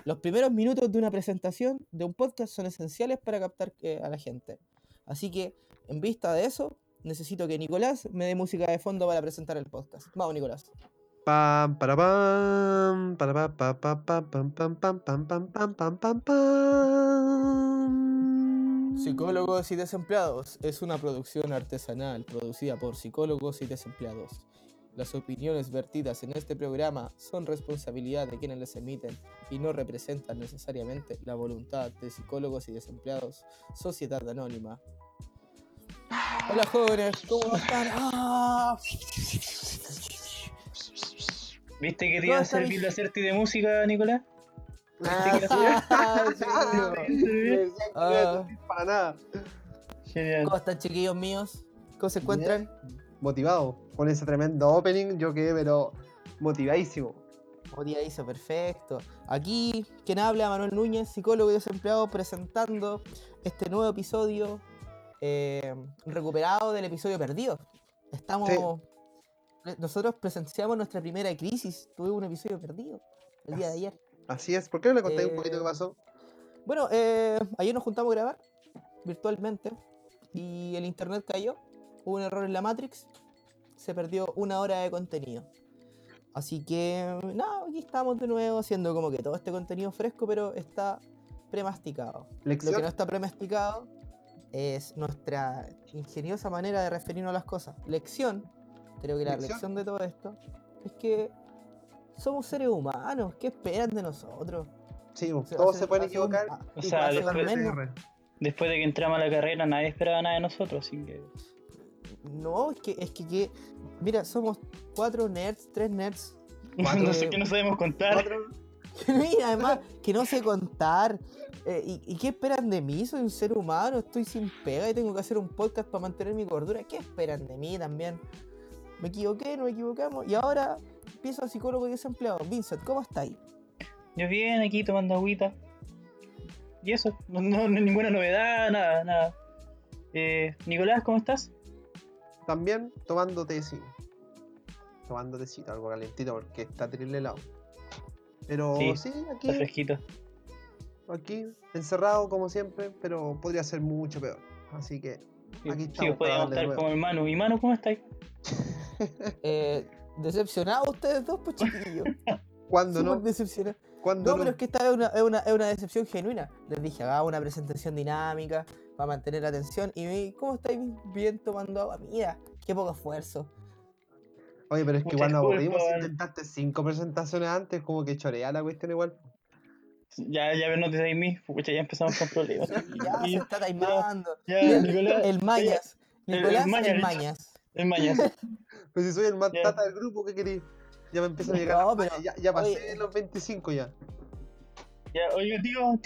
Los primeros minutos de una presentación de un podcast son esenciales para captar a la gente. Así que, en vista de eso, necesito que Nicolás me dé música de fondo para presentar el podcast. Vamos, Nicolás. Pam, para pam, para pa pa pa pam pam pam pam pam pam pam pam pam. Psicólogos y Desempleados es una producción artesanal producida por psicólogos y desempleados. Las opiniones vertidas en este programa son responsabilidad de quienes las emiten y no representan necesariamente la voluntad de Psicólogos y Desempleados, Sociedad Anónima. Hola jóvenes, ¿cómo están? ¡Ah! ¿Viste que te iba a servir la certi de música, Nicolás? Para nada. Genial. ¿Cómo están, chiquillos míos? ¿Cómo se encuentran? Motivado. Con ese tremendo opening, yo quedé, pero motivadísimo. Día hizo perfecto. Aquí, quien habla, Manuel Núñez, psicólogo y desempleado, presentando este nuevo episodio recuperado del episodio perdido. Nosotros presenciamos nuestra primera crisis. Tuvimos un episodio perdido el día de ayer. Así es. ¿Por qué no le contáis un poquito qué pasó? Bueno, ayer nos juntamos a grabar virtualmente y el internet cayó. Hubo un error en la Matrix. Se perdió 1 hora de contenido. Así que, aquí estamos de nuevo haciendo como que todo este contenido fresco, pero está premasticado. ¿Lección? Lo que no está premasticado es nuestra ingeniosa manera de referirnos a las cosas. Lección, creo que la lección de todo esto es que somos seres humanos. ¿Qué esperan de nosotros? Sí, todos se pueden equivocar. O sea, después de que entramos a la carrera, nadie esperaba nada de nosotros, así que... No, es que mira, somos 4 nerds, 3 nerds. No sé qué no sabemos contar. Mira, además, que no sé contar. ¿Y qué esperan de mí? Soy un ser humano, estoy sin pega y tengo que hacer un podcast para mantener mi cordura. ¿Qué esperan de mí también? Me equivoqué, nos equivocamos. Y ahora empiezo a psicólogo y desempleado. Vincent, ¿cómo estáis? Yo bien, aquí tomando agüita. Y eso, no ninguna novedad, nada. Nicolás, ¿cómo estás? También tomando tecito. Tomando tecito, algo calentito porque está terrible helado. Pero sí, aquí. Está fresquito. Aquí, encerrado como siempre, pero podría ser mucho peor. Así que aquí estamos. Sí, podríamos estar como el Manu. ¿Y Manu, cómo estáis? Decepcionados ustedes dos, pues chiquillos. ¿Cuándo no? Decepcionados. ¿Cuándo no? Pero es que esta es una decepción genuina. Les dije, haga una presentación dinámica para mantener la atención. Y ¿cómo estáis bien tomando agua? Mira, qué poco esfuerzo. Oye, pero es que cuando aburrimos intentaste 5 presentaciones antes, como que chorea la cuestión igual. Ya no te sabéis mí, pucha, ya empezamos con problemas. Ya se está taimando. Ya, Nicolás. El Mañas. Nicolás, el Mañas. El Mañas. Pues si soy el más tata del grupo, ¿qué querés? Ya me empiezan a llegar. No, pero, ya pasé los 25 ya. Ya, oye,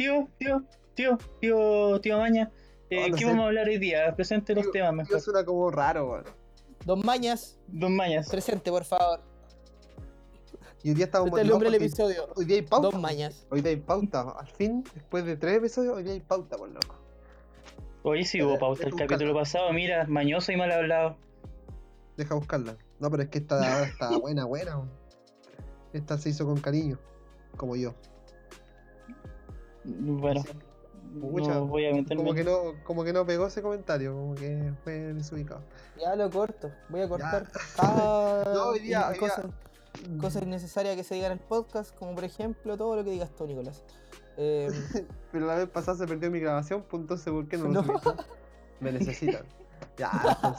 tío Mañas. ¿Qué vamos a hablar hoy día? Presente los temas mejor. Tío suena como raro, weón. Don Mañas. Presente, por favor. Y hoy día estamos este es el nombre del episodio. Hoy día hay pauta. Don Mañas. Hoy día hay pauta. Al fin, después de 3 episodios, hoy día hay pauta, por loco. Hoy sí hubo pauta el capítulo pasado. Mira, mañoso y mal hablado. Deja buscarla. No, pero es que esta de ahora está buena. Esta se hizo con cariño. Como yo. Bueno. No voy a meterme. Como que no pegó ese comentario, como que fue desubicado. Ya lo corto, voy a cortar no, hoy día. Cosas innecesarias que se digan en el podcast, como por ejemplo todo lo que digas tú, Nicolás. Pero la vez pasada se perdió mi grabación, pues entonces ¿por qué no lo subí? Me necesitan. Ya,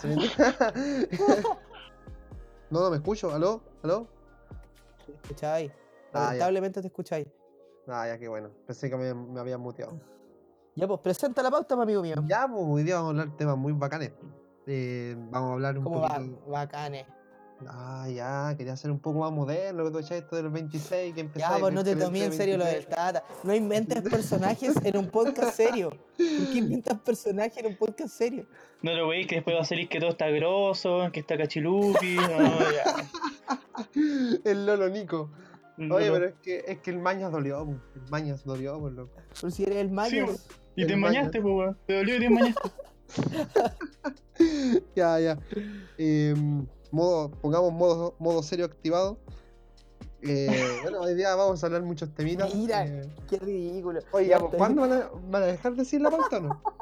no me escucho, ¿aló? ¿Te escucháis? Lamentablemente te escucháis. Ya, qué bueno. Pensé que me habían muteado. Ya, pues, presenta la pauta, amigo mío. Ya, pues, hoy día vamos a hablar de temas muy bacanes. Vamos a hablar un poco. ¿Cómo bacanes? Ya, quería ser un poco más moderno, que tú echáis esto de los 26, que empezáis. Ya, pues no te tomé en serio lo del Tata. No inventes personajes en un podcast serio. ¿Por qué inventas personajes en un podcast serio? No lo veis que después va a salir que todo está grosso, que está cachilupi. No, ya. El Lolo Nico. Oye, pero es que el Mañas dolió, por loco. Pero si eres el Mañas. Sí, y te enmañaste, pues, weón. Te dolió y te enmañaste. Ya. Pongamos modo serio activado. Bueno, hoy día vamos a hablar muchos temitas. Mira, qué ridículo. Oye, Ya, pues, ¿cuándo van a dejar de decir la pauta o no?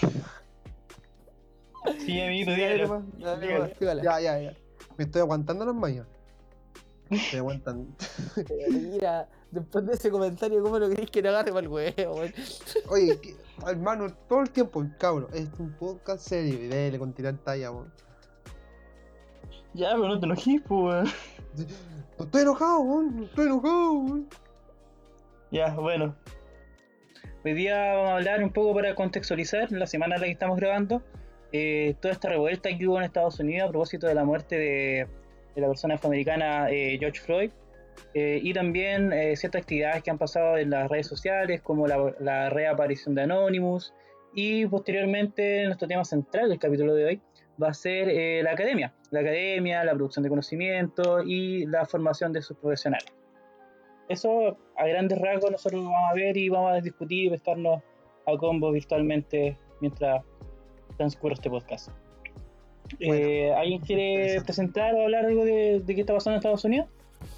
Sí, amiguito, sí, dale dígalo. nomás, dale Dígalo. nomás, pígala. Ya. Me estoy aguantando las mañas. Me estoy aguantando. Pero mira, después de ese comentario, ¿cómo lo querés que te agarre para el huevo, weón? Oye, hermano, todo el tiempo, cabrón, es un podcast serio y dele con tirar talla, weón. Ya, pero no te enojes, pues, weón. No estoy enojado, weón. Ya, bueno. Hoy día vamos a hablar un poco para contextualizar la semana en la que estamos grabando. Toda esta revuelta que hubo en Estados Unidos a propósito de la muerte de la persona afroamericana George Floyd. Y también ciertas actividades que han pasado en las redes sociales, como la reaparición de Anonymous. Y posteriormente, nuestro tema central del capítulo de hoy va a ser la academia, la producción de conocimiento y la formación de sus profesionales. Eso a grandes rasgos nosotros lo vamos a ver y vamos a discutir y estarnos a combo virtualmente mientras transcurre este podcast. Bueno, ¿Alguien quiere interesante. presentar o hablar algo de qué está pasando en Estados Unidos?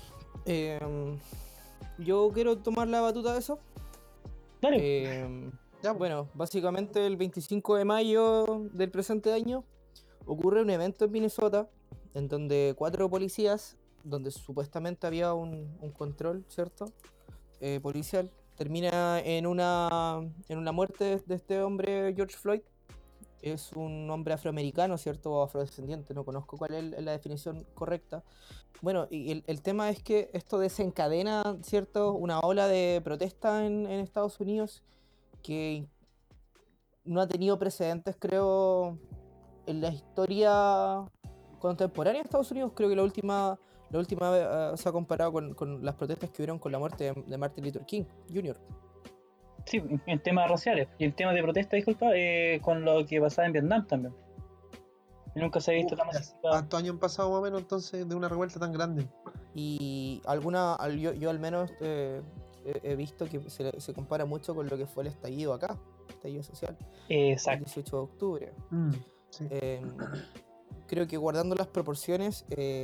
Yo quiero tomar la batuta de eso. Dale. Ya, pues. Bueno, básicamente el 25 de mayo del presente año ocurre un evento en Minnesota en donde 4 policías, donde supuestamente había un control, ¿cierto? Policial, termina en una muerte de este hombre, George Floyd. Es un hombre afroamericano, ¿cierto? O afrodescendiente, no conozco cuál es la definición correcta. Bueno, y el tema es que esto desencadena, ¿cierto? Una ola de protesta en Estados Unidos que no ha tenido precedentes, creo, en la historia contemporánea de Estados Unidos. Creo que la última vez se ha comparado con las protestas que hubieron con la muerte de Martin Luther King Jr. Sí, en temas raciales y en temas de protesta, disculpa, con lo que pasaba en Vietnam también. Nunca se ha visto tan masificado. ¿Cuántos años han pasado más o menos entonces de una revuelta tan grande? Y yo al menos he visto que se compara mucho con lo que fue el estallido acá, estallido social, el Exacto. 18 de octubre. Sí. Creo que guardando las proporciones,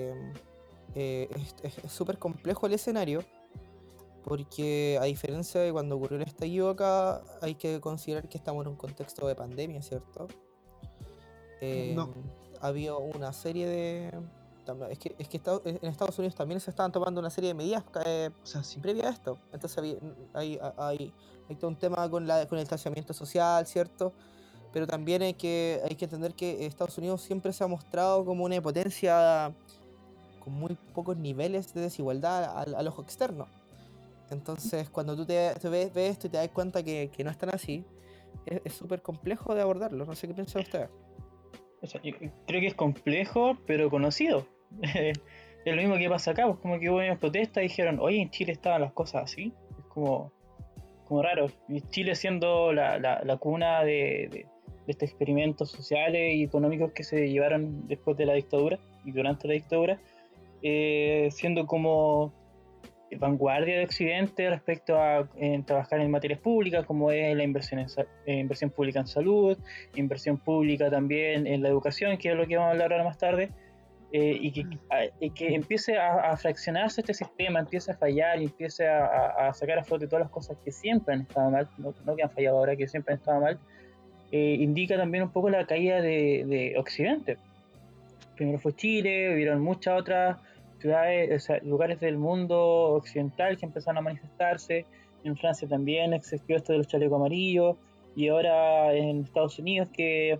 es súper complejo el escenario, porque a diferencia de cuando ocurrió el estallido acá, hay que considerar que estamos en un contexto de pandemia, ¿cierto? No. Había una serie de... Es que en Estados Unidos también se estaban tomando una serie de medidas O sea, sí. previa a esto. Entonces hay todo un tema con el distanciamiento social, ¿cierto? Pero también hay que entender que Estados Unidos siempre se ha mostrado como una potencia con muy pocos niveles de desigualdad al ojo externo. Entonces, cuando tú te ves esto y te das cuenta que no es tan así, es súper complejo de abordarlo. No sé qué piensan ustedes. O sea, yo creo que es complejo, pero conocido. Es lo mismo que pasa acá, pues como que hubo una protesta y dijeron, oye, en Chile estaban las cosas así. Es como raro. Y Chile siendo la cuna de estos experimentos sociales y económicos que se llevaron después de la dictadura y durante la dictadura, siendo como vanguardia de Occidente respecto a trabajar en materias públicas, como es la inversión pública en salud, inversión pública también en la educación, que es lo que vamos a hablar ahora más tarde, y que empiece a fraccionarse este sistema, empiece a fallar y empiece a sacar a flote todas las cosas que siempre han estado mal, no que han fallado ahora, que siempre han estado mal, indica también un poco la caída de Occidente. Primero fue Chile, hubieron muchas otras ciudades, o sea, lugares del mundo occidental que empezaron a manifestarse. En Francia también existió esto de los chalecos amarillos, y ahora en Estados Unidos, que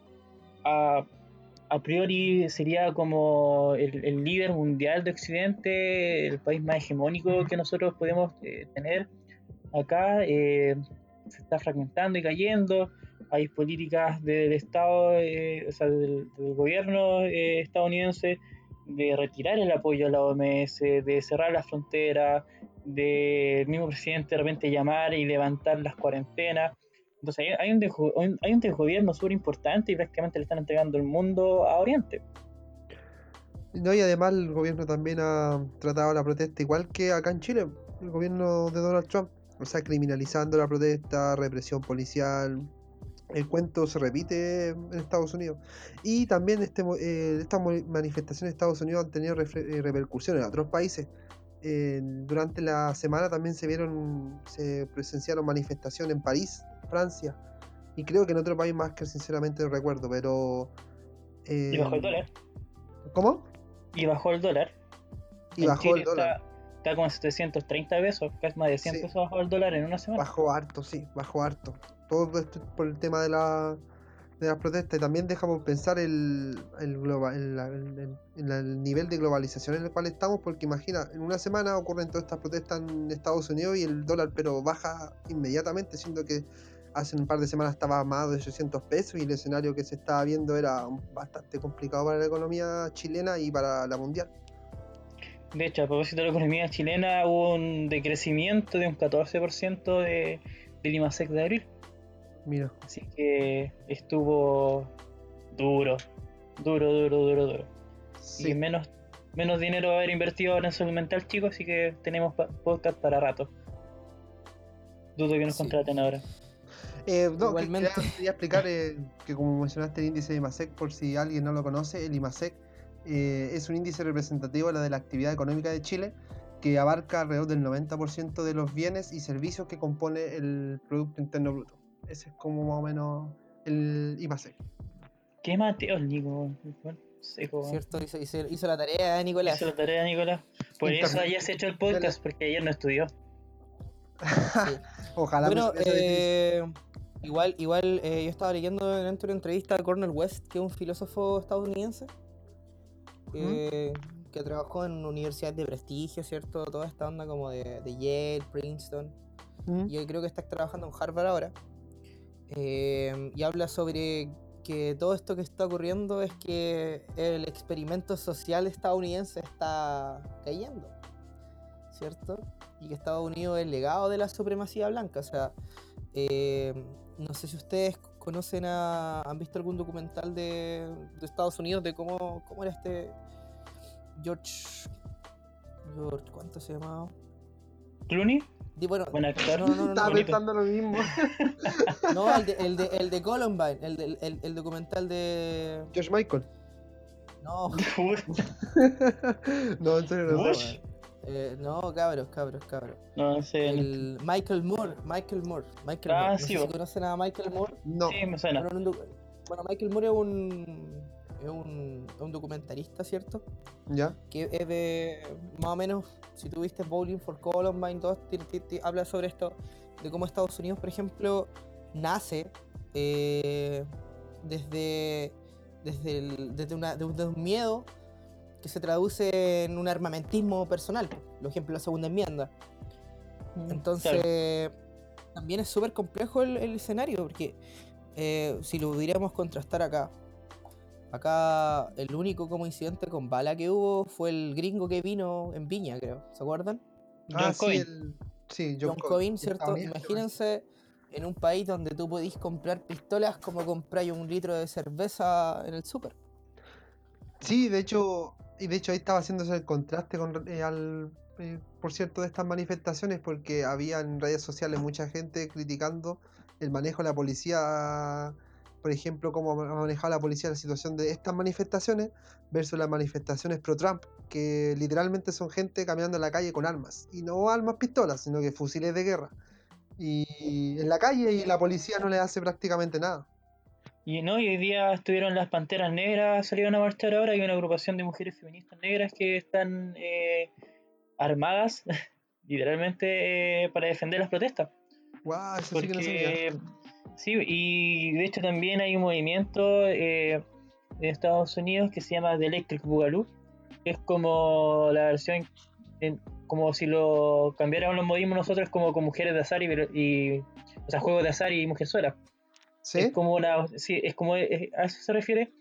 a priori sería como el líder mundial de Occidente, el país más hegemónico que nosotros podemos tener acá, se está fragmentando y cayendo. Hay políticas del Estado, o sea, del gobierno estadounidense, de retirar el apoyo a la OMS, de cerrar las fronteras, del mismo presidente de repente llamar y levantar las cuarentenas. Entonces hay un desgobierno súper importante y prácticamente le están entregando el mundo a Oriente. No, y además el gobierno también ha tratado la protesta igual que acá en Chile, el gobierno de Donald Trump. O sea, criminalizando la protesta, represión policial. El cuento se repite en Estados Unidos. Y también estas manifestaciones en Estados Unidos han tenido repercusiones en otros países. Durante la semana también se presenciaron manifestaciones en París, Francia, y creo que en otro país más que sinceramente no recuerdo, pero... Y bajó el dólar. ¿Cómo? Y bajó el dólar. Y En bajó el Chile dólar. está como en 730 pesos, casi más de 100 Sí, pesos bajó el dólar en una semana. bajó harto, sí, bajó harto. Todo esto es por el tema de las protestas. Y también dejamos pensar el nivel de globalización en el cual estamos, porque imagina, en una semana ocurren todas estas protestas en Estados Unidos y el dólar pero baja inmediatamente, siendo que hace un par de semanas estaba a más de 800 pesos y el escenario que se estaba viendo era bastante complicado para la economía chilena y para la mundial. De hecho, a propósito de la economía chilena, hubo un decrecimiento de un 14% del IMASEC de abril. Mira, Así que estuvo duro. Y sí, menos dinero va a haber invertido ahora en salud mental, chicos, así que tenemos podcast para rato. Dudo que nos Sí. contraten ahora. no, Igualmente. quería explicar que como mencionaste el índice de IMASEC, por si alguien no lo conoce, el IMASEC es un índice representativo de la actividad económica de Chile que abarca alrededor del 90% de los bienes y servicios que compone el Producto Interno Bruto. Ese es como más o menos el IMASEC. ¿Qué Mateo, Nico? Bueno, seco. ¿Cierto? Hizo la tarea, Nicolás. Hizo la tarea, Nicolás. Por eso ayer se echó el podcast, porque ayer no estudió. Sí. Ojalá me Bueno, supiese difícil. igual yo estaba leyendo dentro de una entrevista a Cornel West, que es un filósofo estadounidense que trabajó en universidades de prestigio, ¿cierto? Toda esta onda como de Yale, Princeton. Y yo creo que está trabajando en Harvard ahora. Y habla sobre que todo esto que está ocurriendo es que el experimento social estadounidense está cayendo, ¿cierto? Y que Estados Unidos es el legado de la supremacía blanca. O sea, no sé si ustedes han visto algún documental de Estados Unidos de cómo era este George, ¿cuánto se llamaba? ¿Clooney? Bueno, Buen actor. no, Estaba bonito. pensando lo mismo. No, el de Columbine, el documental de... George Michael. No, No, en serio no sé. Bush. no, cabros. No sé. El Michael Moore. Ah, No sí, sé si vos. conocen a Michael Moore. No. Sí, me suena. Bueno, Michael Moore es un documentarista, ¿cierto? ¿Ya? Que es de, más o menos, si tuviste Bowling for Columbine, habla sobre esto, de cómo Estados Unidos, por ejemplo, nace desde un miedo que se traduce en un armamentismo personal, por ejemplo, la segunda enmienda. Entonces, también es súper complejo el escenario, porque si lo pudiéramos contrastar acá el único como incidente con bala que hubo fue el gringo que vino en Viña, creo, ¿se acuerdan? John Coyne. Sí, John Coyne, ¿cierto? Imagínense en un país donde tú podís comprar pistolas como compráis un litro de cerveza en el súper. Sí, de hecho ahí estaba haciéndose el contraste por cierto, de estas manifestaciones, porque había en redes sociales mucha gente criticando el manejo de la policía, por ejemplo, cómo ha manejado la policía la situación de estas manifestaciones versus las manifestaciones pro-Trump, que literalmente son gente caminando en la calle con armas, y no armas pistolas, sino que fusiles de guerra. Y en la calle y la policía no le hace prácticamente nada. Y hoy día estuvieron las Panteras Negras, salieron a marchar ahora. Hay una agrupación de mujeres feministas negras que están armadas, literalmente, para defender las protestas. Guau, eso sí que no sabía. Sí, y de hecho también hay un movimiento en Estados Unidos que se llama The Electric Boogaloo, que es como la versión, como si lo cambiáramos los modismos nosotros como con mujeres de azar o sea, juegos de azar y mujerzuelas. ¿Sí? Es como a eso se refiere,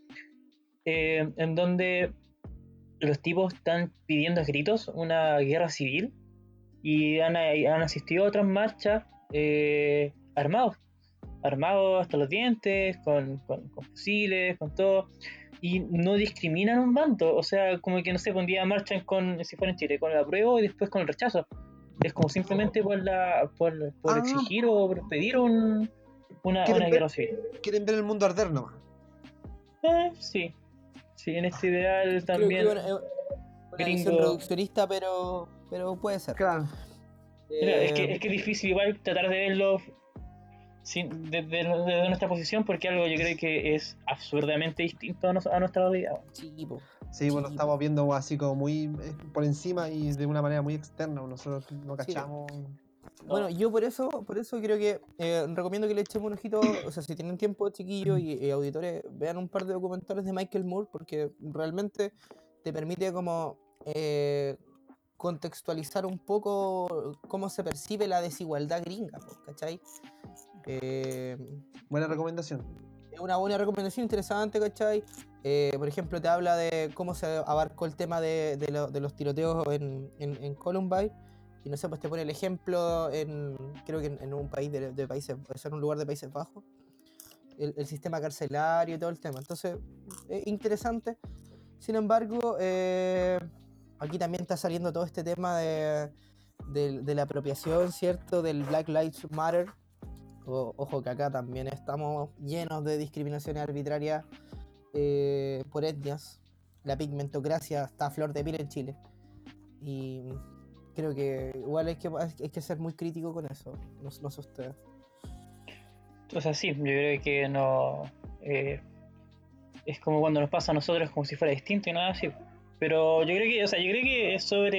en donde los tipos están pidiendo a gritos una guerra civil y han asistido a otras marchas armados hasta los dientes, con fusiles, con todo, y no discriminan un bando. O sea, como que no sé, un día marchan si fuera en Chile, con el apruebo y después con el rechazo. Es como simplemente por exigir o por pedir una guerra civil. Quieren ver el mundo arder nomás. Sí, en este ideal Creo que también una visión gringo. reduccionista, pero pero puede ser. Claro. Mira, es Eh, que es difícil igual tratar de verlo desde nuestra posición, porque algo yo creo que es absurdamente distinto a nuestra realidad. sí, po, Sí, bueno, sí, estamos viendo así como muy por encima y de una manera muy externa. Nosotros no sí. cachamos. Bueno, yo por eso creo que recomiendo que le echemos un ojito, o sea, si tienen tiempo, chiquillos y auditores, vean un par de documentales de Michael Moore, porque realmente te permite como contextualizar un poco cómo se percibe la desigualdad gringa, po, ¿cachai? Eh, Buena recomendación. es una buena recomendación interesante, ¿cachai? Por ejemplo, te habla de cómo se abarcó el tema de los tiroteos en Columbine. Y no sé, pues te pone el ejemplo creo que en un país de países, o sea, en un lugar de Países Bajos, el sistema carcelario y todo el tema. Entonces, es interesante. Sin embargo, aquí también está saliendo todo este tema de la apropiación, ¿cierto? Del Black Lives Matter. Ojo que acá también estamos llenos de discriminaciones arbitrarias por etnias. La pigmentocracia está a flor de piel en Chile. Y creo que igual hay que ser muy crítico con eso. No sé ustedes. O sea, sí, yo creo que no. Es como cuando nos pasa a nosotros como si fuera distinto y nada así. Pero yo creo que, o sea, yo creo que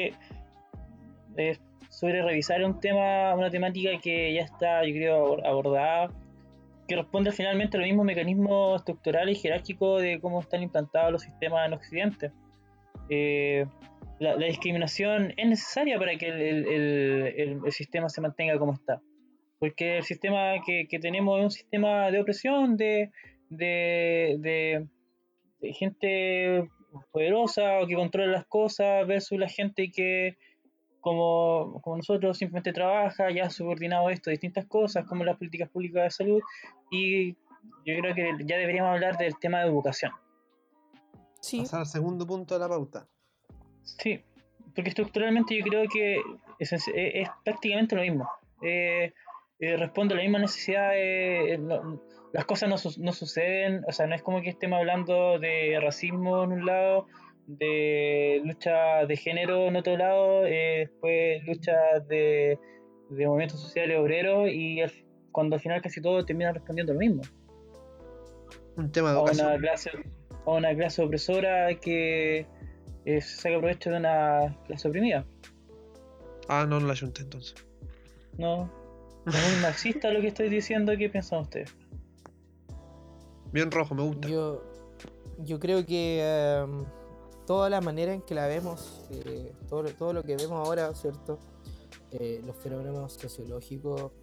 es sobre revisar una temática que ya está, yo creo, abordada, que responde finalmente a los mismos mecanismos estructurales y jerárquicos de cómo están implantados los sistemas en Occidente. Eh, la discriminación es necesaria para que el sistema se mantenga como está. Porque el sistema que tenemos es un sistema de opresión, de, de, de gente poderosa o que controla las cosas versus la gente que, como nosotros, simplemente trabaja, ya ha subordinado esto a distintas cosas, como las políticas públicas de salud. Y yo creo que ya deberíamos hablar del tema de educación. Sí, Pasar al segundo punto de la pauta. Sí, porque estructuralmente yo creo que es prácticamente lo mismo. Responde a la misma necesidad. Las cosas no suceden, o sea, no es como que estemos hablando de racismo en un lado, de lucha de género en otro lado, después lucha de movimientos sociales obreros y cuando al final casi todo termina respondiendo lo mismo. Un tema de A educación. a una clase opresora que saca provecho de una clase oprimida. Ah, no la junté entonces. No, es muy marxista lo que estoy diciendo. ¿Qué piensan ustedes? Bien rojo, me gusta. yo, yo creo que toda la manera en que la vemos, todo lo que vemos ahora, ¿cierto? Los fenómenos sociológicos,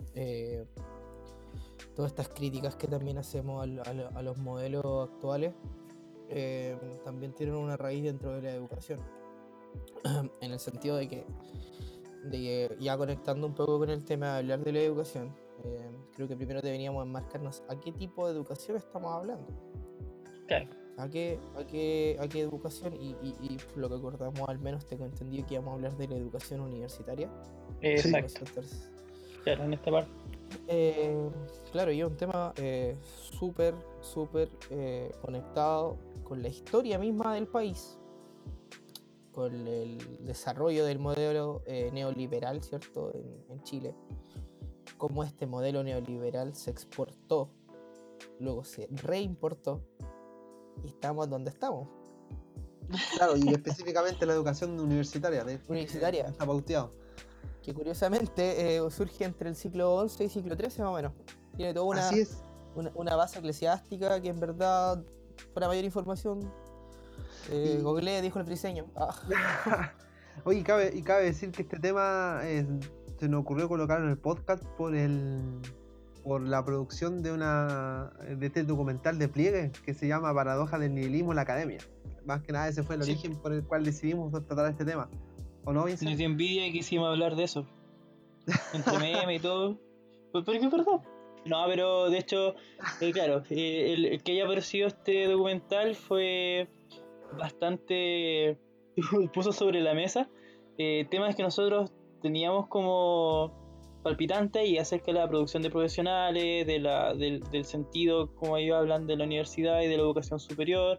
todas estas críticas que también hacemos a los modelos actuales, también tienen una raíz dentro de la educación. En el sentido de que ya conectando un poco con el tema de hablar de la educación, creo que primero deberíamos enmarcarnos a qué tipo de educación estamos hablando. Claro, ¿A qué educación? Y por lo que acordamos, al menos tengo entendido que íbamos a hablar de la educación universitaria. Sí. exacto. Claro, en esta parte. Eh, claro, y es un tema súper, súper conectado con la historia misma del país, con el desarrollo del modelo neoliberal, ¿cierto? En Chile, cómo este modelo neoliberal se exportó, luego se reimportó y estamos donde estamos. Claro, y específicamente la educación universitaria. Universitaria, Está pauteado. que curiosamente surge entre el siglo XI y siglo XIII más o menos. Tiene toda Así es. una base eclesiástica que en verdad, para mayor información, Y- googleé, dijo el friseño. Ah. Oye, cabe decir que este tema se nos ocurrió colocarlo en el podcast por la producción de este documental de Pliegue que se llama Paradoja del nihilismo en la academia. Más que nada ese fue el Sí. origen por el cual decidimos tratar este tema. ¿O no, Vincent? Nos dio envidia y quisimos hablar de eso. Entre meme y todo. Pero que es verdad. No, pero de hecho, claro, el que haya aparecido este documental fue bastante. Puso sobre la mesa temas que nosotros teníamos como palpitantes y acerca de la producción de profesionales, del sentido, como ellos hablan, de la universidad y de la educación superior.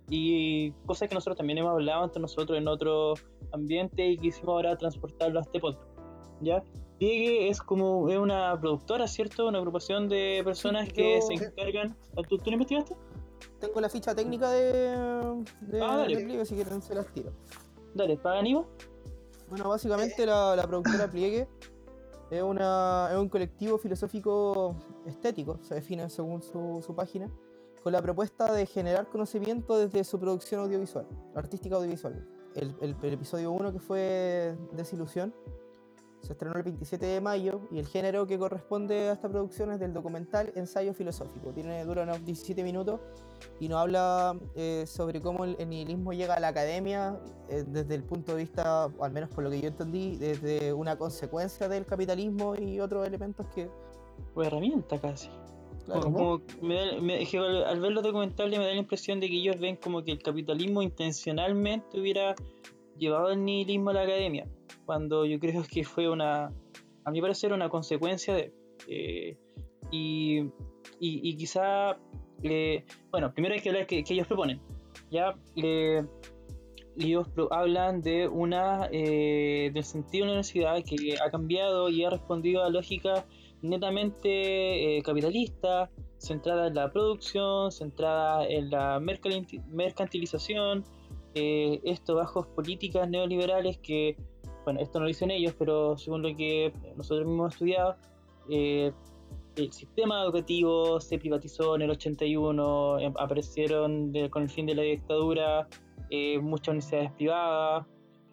y cosas que nosotros también hemos hablado entre nosotros en otro ambiente y quisimos ahora transportarlo a este podcast, ¿ya? Pliegue es una productora, ¿cierto? Una agrupación de Sí, personas que se yo encargan... ¿Tú lo investigaste? tengo la ficha técnica de Dale, Pliegue, si quieren se las tiro. dale, ¿pagan IVA? Bueno, básicamente la productora Pliegue es un colectivo filosófico estético, se define según su página, con la propuesta de generar conocimiento desde su producción audiovisual, artística audiovisual. El episodio 1, que fue Desilusión, se estrenó el 27 de mayo y el género que corresponde a esta producción es del documental ensayo filosófico. Dura unos 17 minutos y nos habla sobre cómo el nihilismo llega a la academia desde el punto de vista, o al menos por lo que yo entendí, desde una consecuencia del capitalismo y otros elementos que, O herramienta casi. claro, ¿Cómo? Es que al ver los documentales me da la impresión de que ellos ven como que el capitalismo intencionalmente hubiera llevado el nihilismo a la academia, cuando yo creo que fue a mi parecer, una consecuencia de... eh, y, y quizá, bueno, primero hay que hablar que ellos proponen, ¿ya? Ellos hablan de del sentido de la universidad que ha cambiado y ha respondido a lógicas netamente capitalistas, centrada en la producción, centrada en la mercantilización, esto bajo políticas neoliberales que, bueno, esto no lo dicen ellos, pero según lo que nosotros mismos hemos estudiado, eh, el sistema educativo se privatizó en el 81, aparecieron con el fin de la dictadura muchas universidades privadas,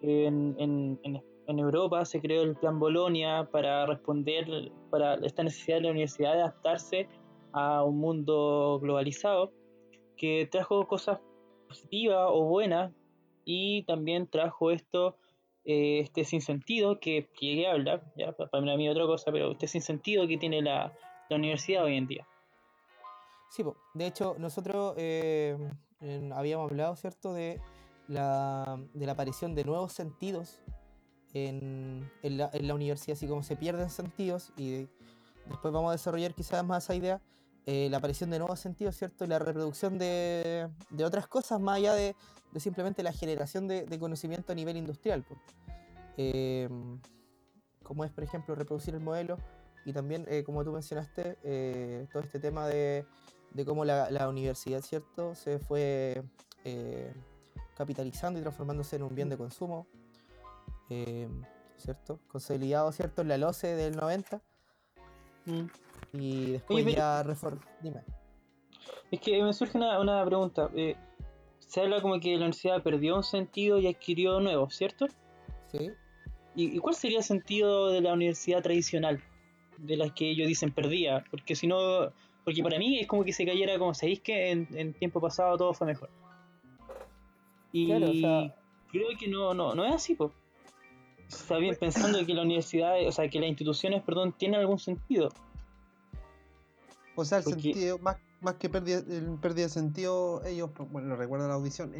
en Europa se creó el Plan Bolonia para responder para esta necesidad de la universidad de adaptarse a un mundo globalizado, que trajo cosas positivas o buenas y también trajo este sinsentido que llegué a hablar, ya para mí otra cosa, pero este sinsentido que tiene la universidad hoy en día. sí, po. De hecho, nosotros habíamos hablado, ¿cierto?, de la aparición de nuevos sentidos en la universidad, así como se pierden sentidos, y después vamos a desarrollar quizás más esa idea, la aparición de nuevos sentidos, ¿cierto?, y la reproducción de otras cosas más allá de simplemente la generación de conocimiento a nivel industrial, po. Eh, como es, por ejemplo, reproducir el modelo, y también, como tú mencionaste, todo este tema de cómo la universidad, ¿cierto?, se fue eh, capitalizando y transformándose en un bien de consumo, eh, ¿cierto? Consolidado, ¿cierto?, en la LOCE del 90, Mm. y Oye, después pero ya reforma. Dime. es que me surge una pregunta. Se habla como que la universidad perdió un sentido y adquirió nuevo, ¿cierto? ¿Sí? ¿Y cuál sería el sentido de la universidad tradicional? De las que ellos dicen perdía. Porque si no. Porque para mí es como que se cayera como se dice que en tiempo pasado todo fue mejor. Claro, o Y sea, creo que no es así, pues. Está bien pensando que la universidad, o sea, que las instituciones, perdón, tienen algún sentido. O sea, el Porque, sentido, más que pérdida de sentido, ellos, bueno, lo recuerdo a la audición,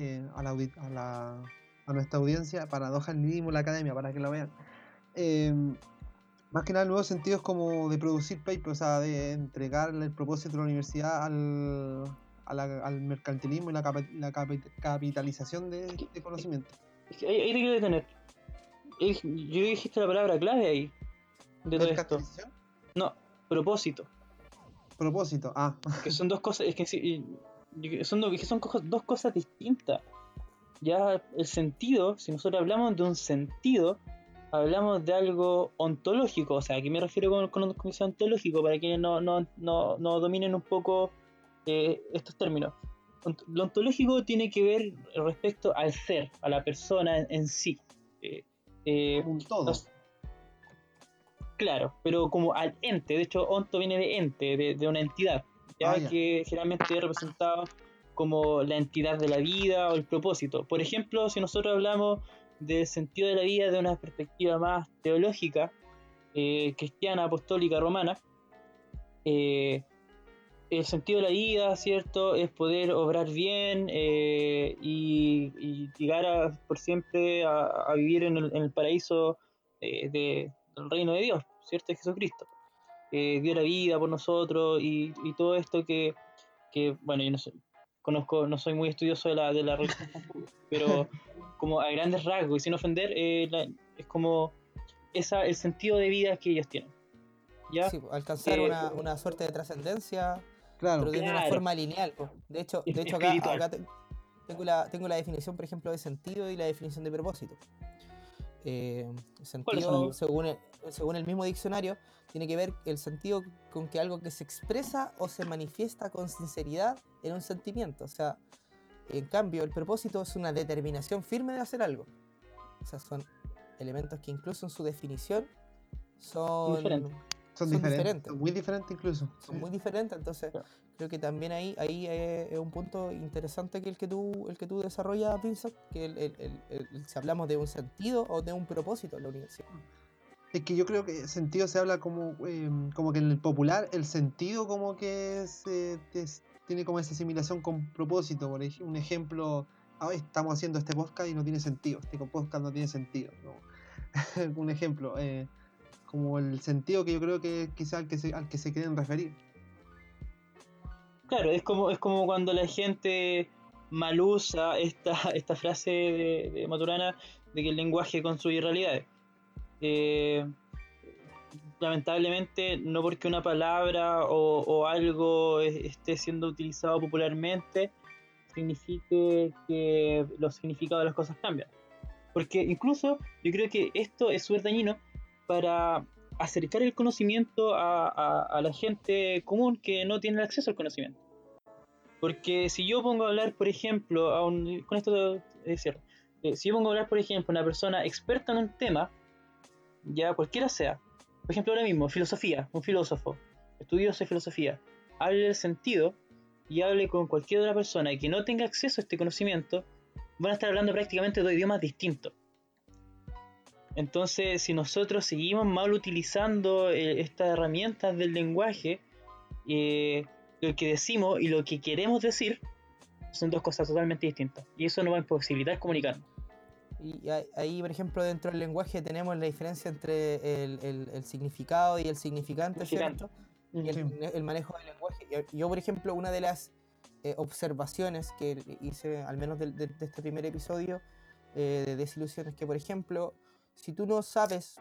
a nuestra audiencia, Paradoja del Nihilismo en la Academia, para que lo vean. Más que nada, el nuevo sentido es como de producir paper, o sea, de entregar el propósito de la universidad al mercantilismo y capitalización es que, de conocimiento. es que ahí te quiero detener. Yo dijiste la palabra clave ahí, de todo esto. ¿Mercantilización? No, propósito. Propósito, ah. Que son dos cosas, es que dos cosas distintas. Ya el sentido, si nosotros hablamos de un sentido, hablamos de algo ontológico. O sea, ¿a qué me refiero con que sea ontológico? Para quienes no dominen un poco estos términos. Lo ontológico tiene que ver respecto al ser, a la persona en sí. Eh, eh, Como un no todo. claro, pero como al ente. De hecho, onto viene de ente, de una entidad, Ah, ya ya. que generalmente es representado como la entidad de la vida o el propósito. Por ejemplo, si nosotros hablamos del sentido de la vida de una perspectiva más teológica, cristiana, apostólica, romana, eh, el sentido de la vida, ¿cierto? Es poder obrar bien y llegar por siempre a vivir en el paraíso del reino de Dios, ¿cierto? De Jesucristo. Dio la vida por nosotros y todo esto bueno, yo no sé. conozco, no soy muy estudioso de la religión tampoco, pero como a grandes rasgos y sin ofender, es como el sentido de vida que ellos tienen, ¿ya? Sí, alcanzar Eh, una suerte de trascendencia, Claro. pero de una claro, forma lineal, po. De hecho espiritual. tengo la definición, por ejemplo, de sentido y la definición de propósito. ¿Cuáles son, Sentido, amigos? según el mismo diccionario, tiene que ver el sentido con que algo que se expresa o se manifiesta con sinceridad en un sentimiento. O sea, en cambio, el propósito es una determinación firme de hacer algo. O sea, son elementos que incluso en su definición Indiferente. son, Son son diferentes, diferentes. son muy diferentes incluso. Son muy diferentes, entonces Claro. creo que también ahí es un punto interesante que el que tú desarrollas, Vincent, que si hablamos de un sentido o de un propósito en la universidad. Es que yo creo que sentido se habla como que en el popular el sentido como que tiene como esa asimilación con propósito. Un ejemplo, hoy estamos haciendo este podcast y no tiene sentido, este podcast no tiene sentido, ¿no? Un ejemplo, como el sentido que yo creo que quizá al que se quieren referir. Claro, es como cuando la gente mal usa esta frase de Maturana de que el lenguaje construye realidades. Eh, Lamentablemente, no porque una palabra o algo esté siendo utilizado popularmente, signifique que los significados de las cosas cambian. Porque incluso yo creo que esto es súper dañino para acercar el conocimiento a la gente común que no tiene acceso al conocimiento. Porque si yo pongo a hablar, por ejemplo, con esto es cierto, si yo pongo a hablar, por ejemplo, a una persona experta en un tema, ya cualquiera sea, por ejemplo, ahora mismo, filosofía, un filósofo, estudioso de filosofía, hable del sentido y hable con cualquier otra persona que no tenga acceso a este conocimiento, van a estar hablando prácticamente dos idiomas distintos. Entonces, si nosotros seguimos mal utilizando estas herramientas del lenguaje, lo que decimos y lo que queremos decir son dos cosas totalmente distintas. Y eso nos va a imposibilitar comunicarnos. Y ahí, por ejemplo, dentro del lenguaje tenemos la diferencia entre el significado y el significante, Significante. ¿cierto? Y Ujú. Sí. el manejo del lenguaje. Yo, por ejemplo, una de las observaciones que hice, al menos de este primer episodio de Desilusiones, que, por ejemplo, si tú no sabes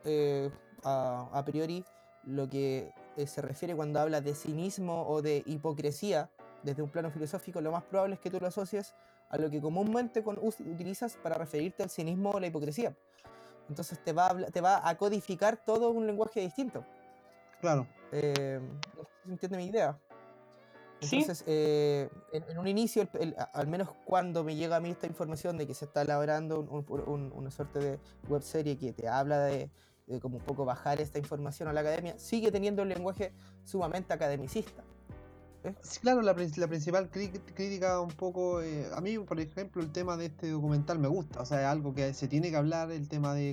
a priori lo que se refiere cuando habla de cinismo o de hipocresía desde un plano filosófico, lo más probable es que tú lo asocies a lo que comúnmente utilizas para referirte al cinismo o la hipocresía. Entonces te va a codificar todo un lenguaje distinto. Claro. No sé si se entiende mi idea. Sí, Entonces, en un inicio, al menos cuando me llega a mí esta información de que se está elaborando una suerte de webserie que te habla de como un poco bajar esta información a la academia, sigue teniendo un lenguaje sumamente academicista. Sí, claro, la principal crítica un poco, a mí, por ejemplo, el tema de este documental me gusta, o sea, es algo que se tiene que hablar, el tema de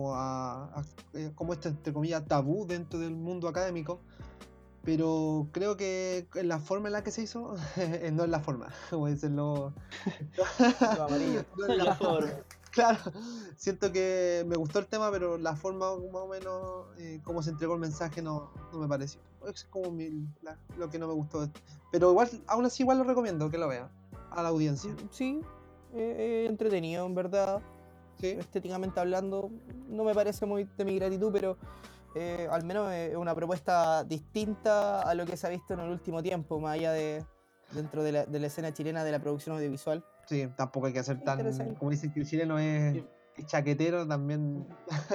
cómo esto, entre comillas, tabú dentro del mundo académico, pero creo que en la forma en la que se hizo, no es la forma, como dicen los... Lo amarillo. no no es es la la forma. Claro, siento que me gustó el tema, pero la forma más o menos cómo se entregó el mensaje no me pareció. Es como lo que no me gustó. Pero igual, aún así igual lo recomiendo que lo vean a la audiencia. Sí, entretenido en verdad. Sí, Estéticamente hablando, no me parece muy de mi gratitud, pero al menos es una propuesta distinta a lo que se ha visto en el último tiempo, más allá de dentro de la escena chilena de la producción audiovisual. sí, tampoco hay que ser tan, Interesante. como dicen que el chileno es chaquetero, también.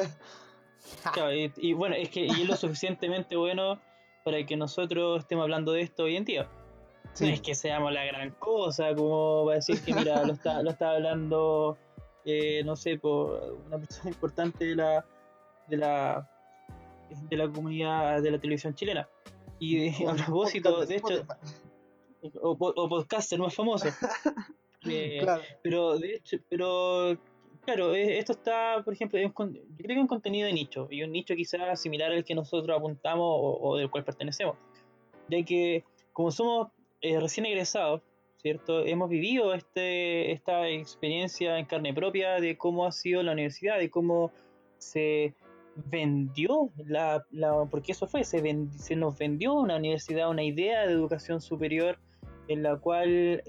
Claro, y bueno, y es lo suficientemente bueno para que nosotros estemos hablando de esto hoy en día. No Sí, es que seamos la gran cosa, como para decir que, mira, lo está hablando, no sé, por una persona importante de la, de la comunidad de la televisión chilena. A un podcast de propósito, de hecho, Spotify. o podcaster más famoso. Claro, Pero de hecho, pero claro, esto está, por ejemplo, yo creo que es un contenido de nicho, y un nicho quizás similar al que nosotros apuntamos o del cual pertenecemos, ya que como somos recién egresados, ¿cierto? Hemos vivido esta experiencia en carne propia de cómo ha sido la universidad, de cómo se vendió porque eso fue, se nos vendió una universidad, una idea de educación superior en la cual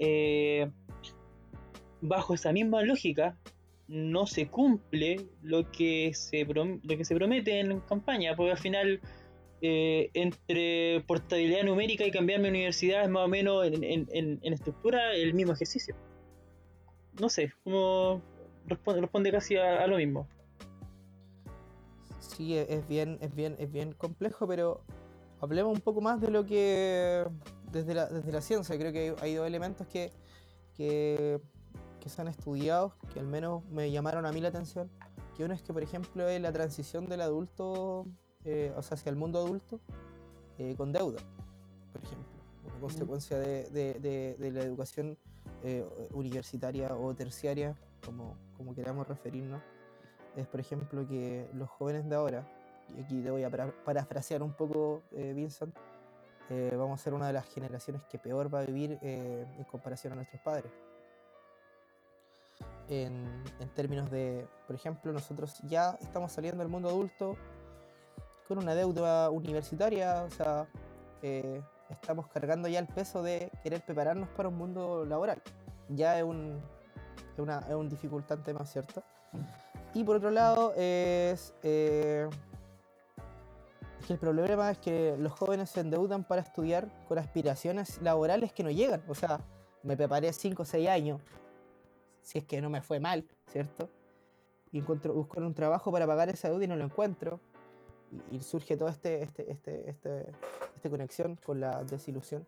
bajo esa misma lógica no se cumple lo que se promete en campaña, porque al final entre portabilidad numérica y cambiarme de universidad es más o menos en estructura el mismo ejercicio. No sé, como responde casi a lo mismo. Sí, es bien complejo, pero hablemos un poco más de lo que desde la ciencia. Creo que hay dos elementos que se han estudiado, que al menos me llamaron a mí la atención. Que uno es que, por ejemplo, es la transición del adulto, o sea, hacia el mundo adulto, con deuda, por ejemplo. Una consecuencia de la educación universitaria o terciaria, como queramos referirnos, es, por ejemplo, que los jóvenes de ahora, y aquí te voy a parafrasear un poco, Vincent, vamos a ser una de las generaciones que peor va a vivir en comparación a nuestros padres. En términos de, por ejemplo, nosotros ya estamos saliendo del mundo adulto con una deuda universitaria, o sea, estamos cargando ya el peso de querer prepararnos para un mundo laboral. Ya es un dificultante más, ¿cierto? Y por otro lado es que el problema es que los jóvenes se endeudan para estudiar con aspiraciones laborales que no llegan. O sea, me preparé 5 o 6 años, si es que no me fue mal, ¿cierto? Y busco un trabajo para pagar esa deuda y no lo encuentro. Y surge toda esta conexión con la desilusión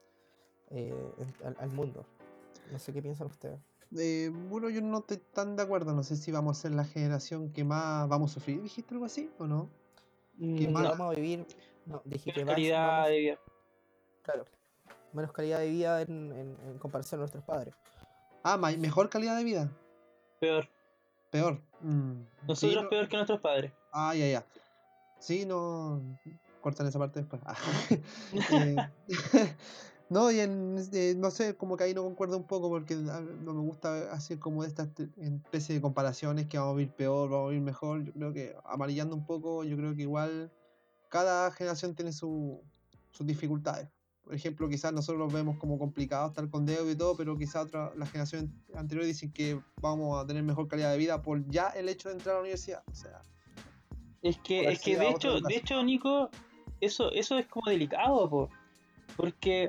al mundo. No sé qué piensan ustedes. Bueno, yo no estoy tan de acuerdo. No sé si vamos a ser la generación que más vamos a sufrir. ¿Dijiste algo así o no? Que No, vamos a vivir. No, dije que más calidad vamos. de vida. Claro, menos calidad de vida en comparación a nuestros padres. Mejor calidad de vida. Peor. Peor. Sí, Nosotros peor que nuestros padres. ya. Sí, no. Cortan esa parte después. Eh, no, no sé, como que ahí no concuerdo un poco porque no me gusta hacer como estas especie de comparaciones que vamos a vivir peor, vamos a vivir mejor. Yo creo que amarillando un poco, yo creo que igual cada generación tiene sus dificultades. Por ejemplo, quizás nosotros los vemos como complicados estar con deuda y todo, pero quizás las generaciones anteriores dicen que vamos a tener mejor calidad de vida por ya el hecho de entrar a la universidad. O sea, Es que de hecho, Nico, eso es como delicado, porque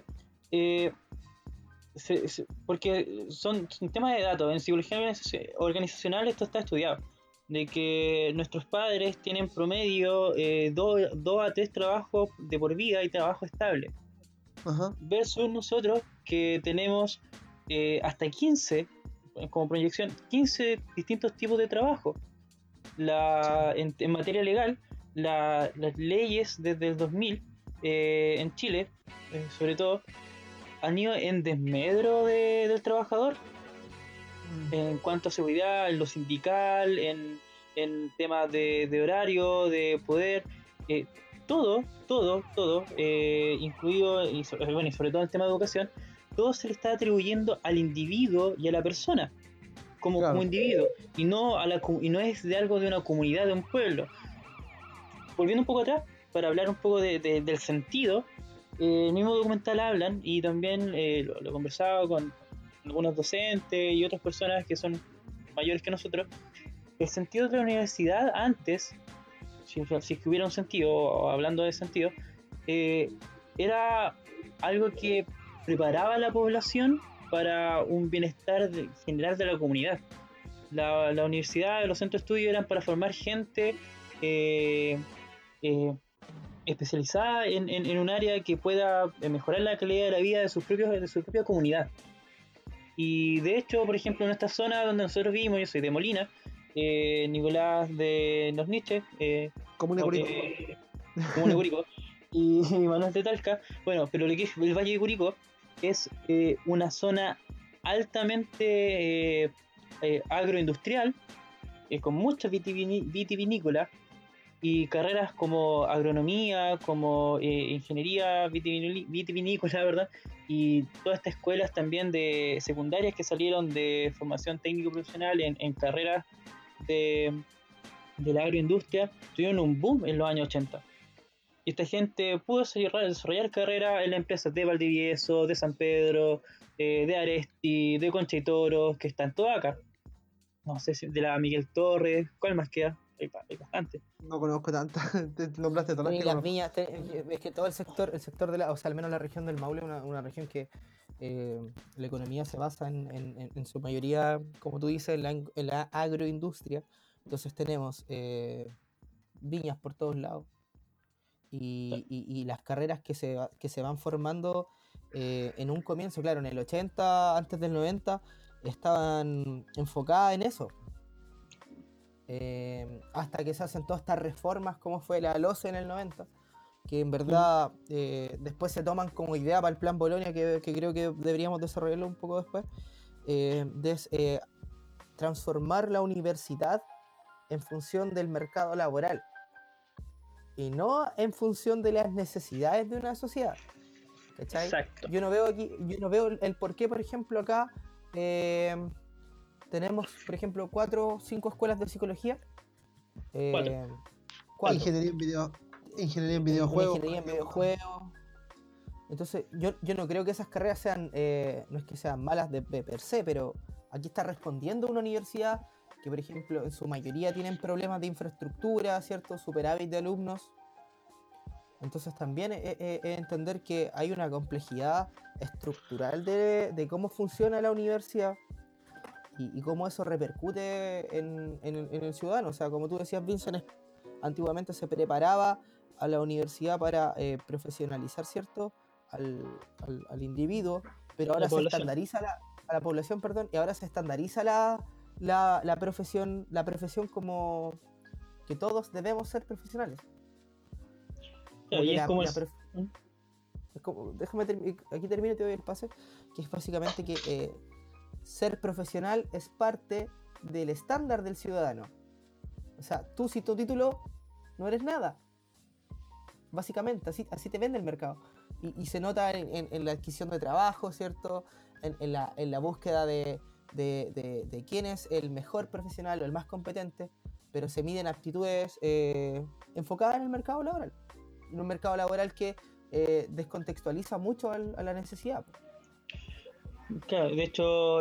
porque son temas de datos. En psicología organizacional esto está estudiado, de que nuestros padres tienen promedio 2 a 3 trabajos de por vida y trabajo estable. Ajá. Versus nosotros que tenemos hasta 15, como proyección, 15 distintos tipos de trabajo. En materia legal, las leyes desde el 2000 en Chile, sobre todo, han ido en desmedro del trabajador en cuanto a seguridad, en lo sindical, en temas de horario, de poder, todo, incluido, y sobre todo el tema de educación, todo se le está atribuyendo al individuo y a la persona como individuo, y no es de algo de una comunidad, de un pueblo. Volviendo un poco atrás, para hablar un poco del sentido, el mismo documental hablan, y también lo he conversado con algunos docentes y otras personas que son mayores que nosotros. El sentido de la universidad antes, si es que hubiera un sentido, o hablando de sentido, era algo que preparaba a la población para un bienestar general de la comunidad. La universidad, los centros de estudio eran para formar gente especializada en un área que pueda mejorar la calidad de la vida de su propia comunidad. Y de hecho, por ejemplo, en esta zona donde nosotros vivimos, yo soy de Molina, Nicolás de Nosniche, Comuna Curicó. Comuna de Curicó, y Manuel de Talca. Bueno, pero lo que es el Valle de Curicó es una zona altamente agroindustrial, con mucha vitivinícola, y carreras como agronomía, como ingeniería vitivinícola, ¿verdad? Y todas estas escuelas también de secundarias que salieron de formación técnico profesional en carreras de la agroindustria tuvieron un boom en los años 80. Y esta gente pudo desarrollar carrera en las empresas de Valdivieso, de San Pedro, de Aresti, de Concha y Toro, que están todas acá. No sé si de la Miguel Torres, ¿cuál más queda? Hay bastante. No conozco tantas. Te nombraste todas las Y que las conozco. viñas, es que todo el sector de la, o sea, al menos la región del Maule, una región que la economía se basa en su mayoría, como tú dices, en la agroindustria. Entonces tenemos viñas por todos lados y las carreras que se van formando en un comienzo, claro, en el 80, antes del 90, estaban enfocadas en eso. Hasta que se hacen todas estas reformas, como fue la LOCE en el 90, que en verdad después se toman como idea para el plan Bolonia, que creo que deberíamos desarrollarlo un poco después, de transformar la universidad en función del mercado laboral y no en función de las necesidades de una sociedad. ¿Cachai? Exacto. Yo no veo el por qué, por ejemplo, acá tenemos, por ejemplo, 4 o 5 escuelas de psicología. 4. Ingeniería en En videojuegos. ingeniería en videojuegos. Entonces, yo no creo que esas carreras sean, no es que sean malas de per se, pero aquí está respondiendo una universidad que, por ejemplo, en su mayoría tienen problemas de infraestructura, ¿cierto? Superávit de alumnos. Entonces también entender que hay una complejidad estructural de cómo funciona la universidad y cómo eso repercute en el ciudadano. O sea, como tú decías, Vincent, antiguamente se preparaba a la universidad para profesionalizar, ¿cierto? Al individuo, pero ahora se estandariza a la población, perdón, y ahora se estandariza la profesión como que todos debemos ser profesionales. Claro, y es como déjame aquí termino y te doy el pase, que es básicamente que ser profesional es parte del estándar del ciudadano. O sea, tú sin tu título no eres nada. Básicamente, así te vende el mercado. Y se nota en la adquisición de trabajo, ¿cierto? En la búsqueda de quién es el mejor profesional o el más competente, pero se miden aptitudes enfocadas en el mercado laboral. En un mercado laboral que descontextualiza mucho a la necesidad. Claro, de hecho,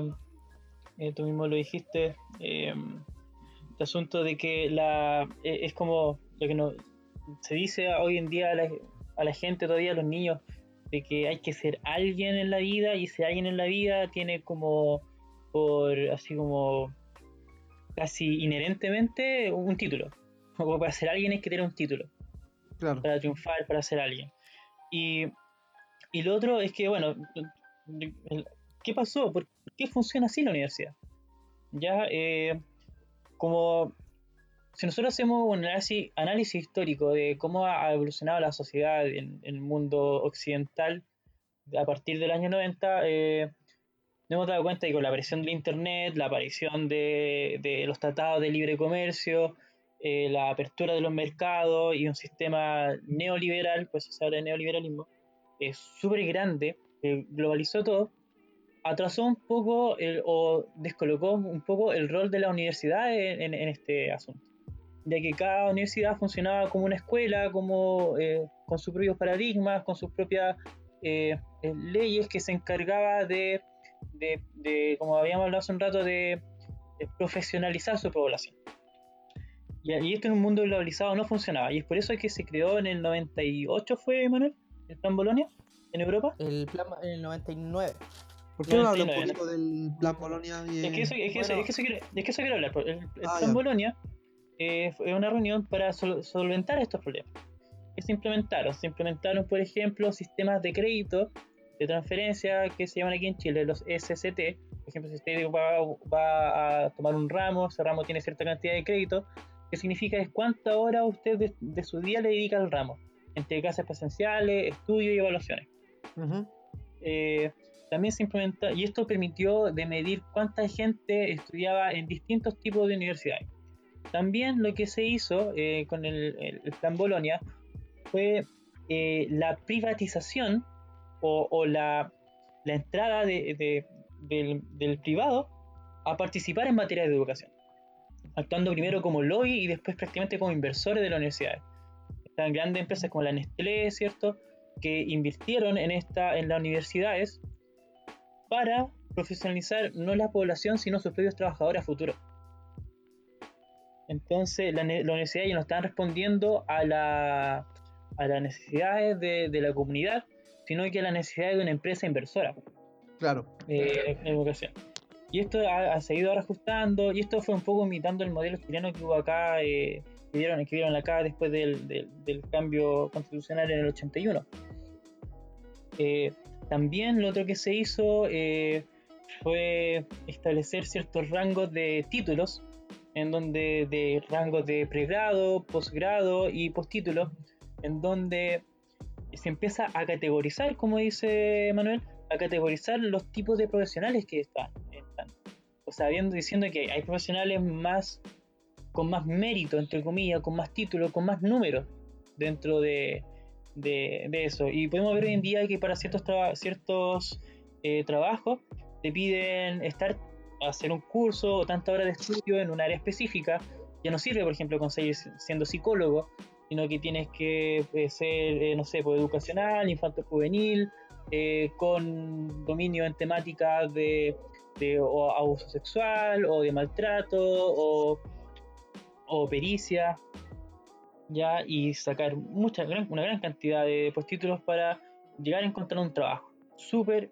tú mismo lo dijiste, este asunto de que es como lo que se dice hoy en día a la gente, todavía a los niños, de que hay que ser alguien en la vida, y ser alguien en la vida tiene como, así como casi inherentemente un título. Como para ser alguien hay que tener un título, Claro. para triunfar, para ser alguien. Y lo otro es que, bueno, ¿qué pasó? ¿Por qué funciona así la universidad? Ya, como si nosotros hacemos un análisis histórico de cómo ha evolucionado la sociedad en el mundo occidental a partir del año 90, nos hemos dado cuenta que con la aparición del Internet, la aparición de los tratados de libre comercio, la apertura de los mercados y un sistema neoliberal, pues se habla de neoliberalismo, es súper grande, globalizó todo, atrasó un poco o descolocó un poco el rol de la universidad en este asunto, ya que cada universidad funcionaba como una escuela, como con sus propios paradigmas, con sus propias leyes, que se encargaba como habíamos hablado hace un rato, de profesionalizar su población. Y esto en un mundo globalizado no funcionaba, y es por eso que se creó en el 98, ¿fue, Manuel? ¿El Plan Bolonia en Europa? El plan en el 99. ¿Por qué no habla un 99, poquito del plan Bolonia? Es que eso quiero hablar. El Plan Ya. Bolonia fue una reunión para solventar estos problemas. ¿Qué se implementaron? Se implementaron, por ejemplo, sistemas de crédito, de transferencia, que se llaman aquí en Chile los SCT. Por ejemplo, si usted va a tomar un ramo, ese ramo tiene cierta cantidad de crédito, que significa es cuánta hora usted de su día le dedica al ramo, entre clases presenciales, estudios y evaluaciones. Uh-huh. También se implementó, y esto permitió de medir cuánta gente estudiaba en distintos tipos de universidades. También lo que se hizo con el Plan Bolonia fue la privatización o la entrada del privado a participar en materia de educación, actuando primero como lobby y después prácticamente como inversores de las universidades. Están grandes empresas como la Nestlé, ¿cierto?, que invirtieron en las universidades para profesionalizar no la población, sino sus propios trabajadores a futuro. Entonces, la universidad ya no están respondiendo a las necesidades de la comunidad, sino que a las necesidades de una empresa inversora Claro. en educación. Y esto ha seguido ahora ajustando, y esto fue un poco imitando el modelo chileno que hubo acá, que vieron acá después del cambio constitucional en el 81. También lo otro que se hizo fue establecer ciertos rangos de títulos, en donde de rangos de pregrado, posgrado y postítulo, en donde se empieza a categorizar, como dice Manuel, a categorizar los tipos de profesionales que están. O sea, diciendo que hay profesionales con más mérito, entre comillas, con más títulos, con más números dentro de eso. Y podemos ver hoy en día que para ciertos trabajos te piden hacer un curso o tantas horas de estudio en un área específica. Ya no sirve, por ejemplo, con seguir siendo psicólogo, sino que tienes que ser, no sé, pues, educacional, infanto-juvenil, con dominio en temáticas de o abuso sexual o de maltrato o pericia, ya, y sacar una gran cantidad de postítulos para llegar a encontrar un trabajo súper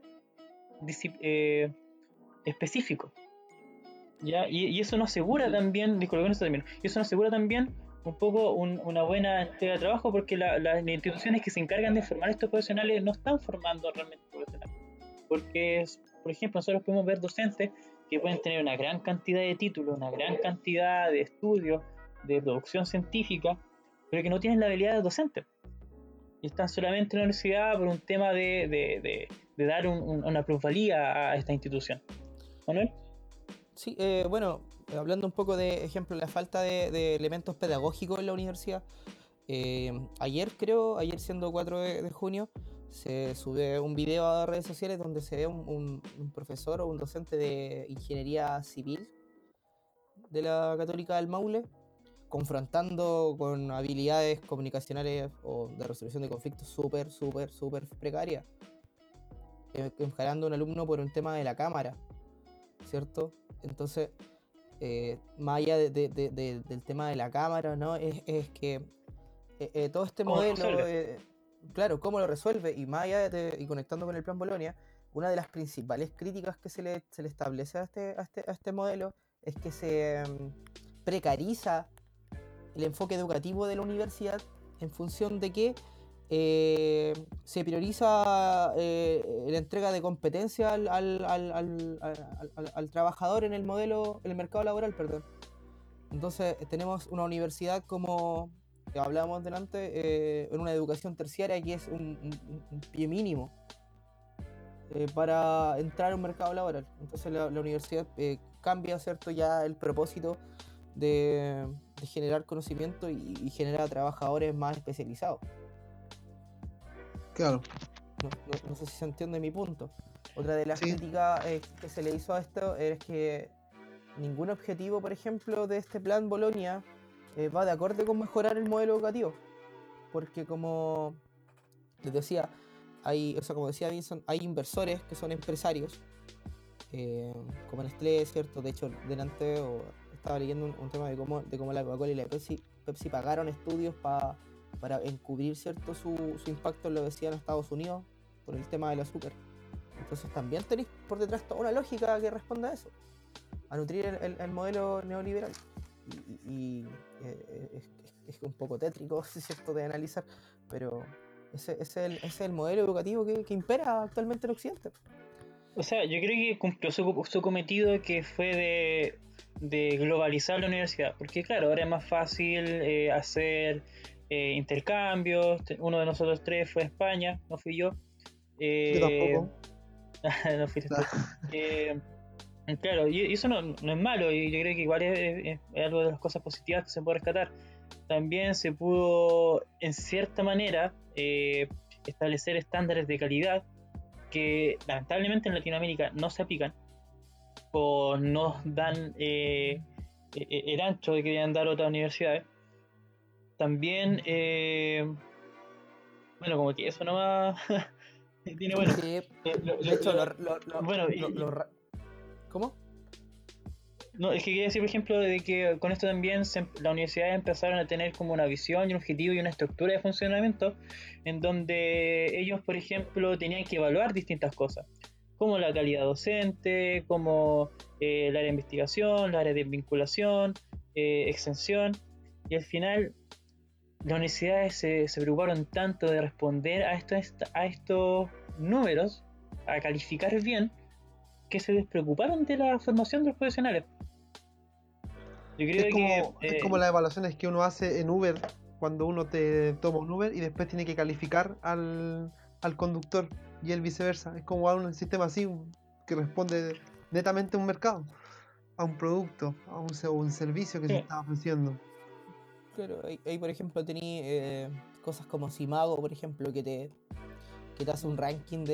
específico, ya, y eso nos asegura también, disculpen esto también, y eso nos asegura también un poco una buena entrega de trabajo, porque las instituciones que se encargan de formar estos profesionales no están formando realmente profesionales, porque por ejemplo, nosotros podemos ver docentes que pueden tener una gran cantidad de títulos, una gran cantidad de estudios, de producción científica, pero que no tienen la habilidad de docente. Y están solamente en la universidad por un tema de dar una plusvalía a esta institución. ¿Manuel? Sí, bueno, hablando un poco de ejemplo, la falta de elementos pedagógicos en la universidad. Ayer siendo 4 de junio, se sube un video a redes sociales donde se ve un profesor o un docente de ingeniería civil de la Católica del Maule confrontando con habilidades comunicacionales o de resolución de conflictos súper precarias, encarando a un alumno por un tema de la cámara, ¿cierto? Entonces, más allá del tema de la cámara, ¿no? Es que todo este modelo, claro, cómo lo resuelve, y más allá y conectando con el Plan Bolonia, una de las principales críticas que se le establece a este modelo es que se precariza el enfoque educativo de la universidad en función de que se prioriza la entrega de competencia al trabajador en el mercado laboral, perdón. Entonces tenemos una universidad, como hablábamos delante, en una educación terciaria que es un pie mínimo para entrar a un mercado laboral. Entonces la universidad cambia, ¿cierto?, ya el propósito de generar conocimiento y generar trabajadores más especializados. Claro. No sé si se entiende mi punto. Otra de las críticas que se le hizo a esto es que ningún objetivo, por ejemplo, de este plan Bolonia va de acorde con mejorar el modelo educativo, porque como les decía, como decía Vinson, hay inversores que son empresarios, como Nestlé, ¿cierto? De hecho, estaba leyendo un tema de cómo la Coca-Cola y la Pepsi pagaron estudios para encubrir, ¿cierto?, su impacto en la obesidad en Estados Unidos por el tema del azúcar. Entonces también tenéis por detrás toda una lógica que responda a eso, a nutrir el modelo neoliberal. Y es un poco tétrico, ¿cierto?, de analizar, pero ese es el modelo educativo que impera actualmente en Occidente. O sea, yo creo que cumplió su cometido, que fue de globalizar la universidad, porque claro, ahora es más fácil hacer intercambios. Uno de nosotros tres fue a España, no fui yo. Yo tampoco. No fuiste tú. Claro, y eso no es malo, y yo creo que igual es algo de las cosas positivas que se puede rescatar. También se pudo, en cierta manera, establecer estándares de calidad que lamentablemente en Latinoamérica no se aplican o no dan el ancho de que deberían dar otras universidades. también, bueno, como que eso nomás tiene bueno. Sí, Lo- de hecho, lo- bueno, ¿cómo? no, es que quería decir, por ejemplo, de que con esto también las universidades empezaron a tener como una visión y un objetivo y una estructura de funcionamiento en donde ellos, por ejemplo, tenían que evaluar distintas cosas, como la calidad docente, como el área de investigación, el área de vinculación, extensión, y al final las universidades se preocuparon tanto de responder a estos números, a calificar bien, que se despreocuparon de la formación de los profesionales. Yo Es creo que como, es como las evaluaciones que uno hace en Uber, cuando uno te toma un Uber y después tiene que calificar al conductor y el viceversa. Es como un sistema así que responde netamente a un mercado, a un producto, un servicio que se sí, está ofreciendo. Claro, ahí, por ejemplo tení cosas como Simago, por ejemplo, que te hace un ranking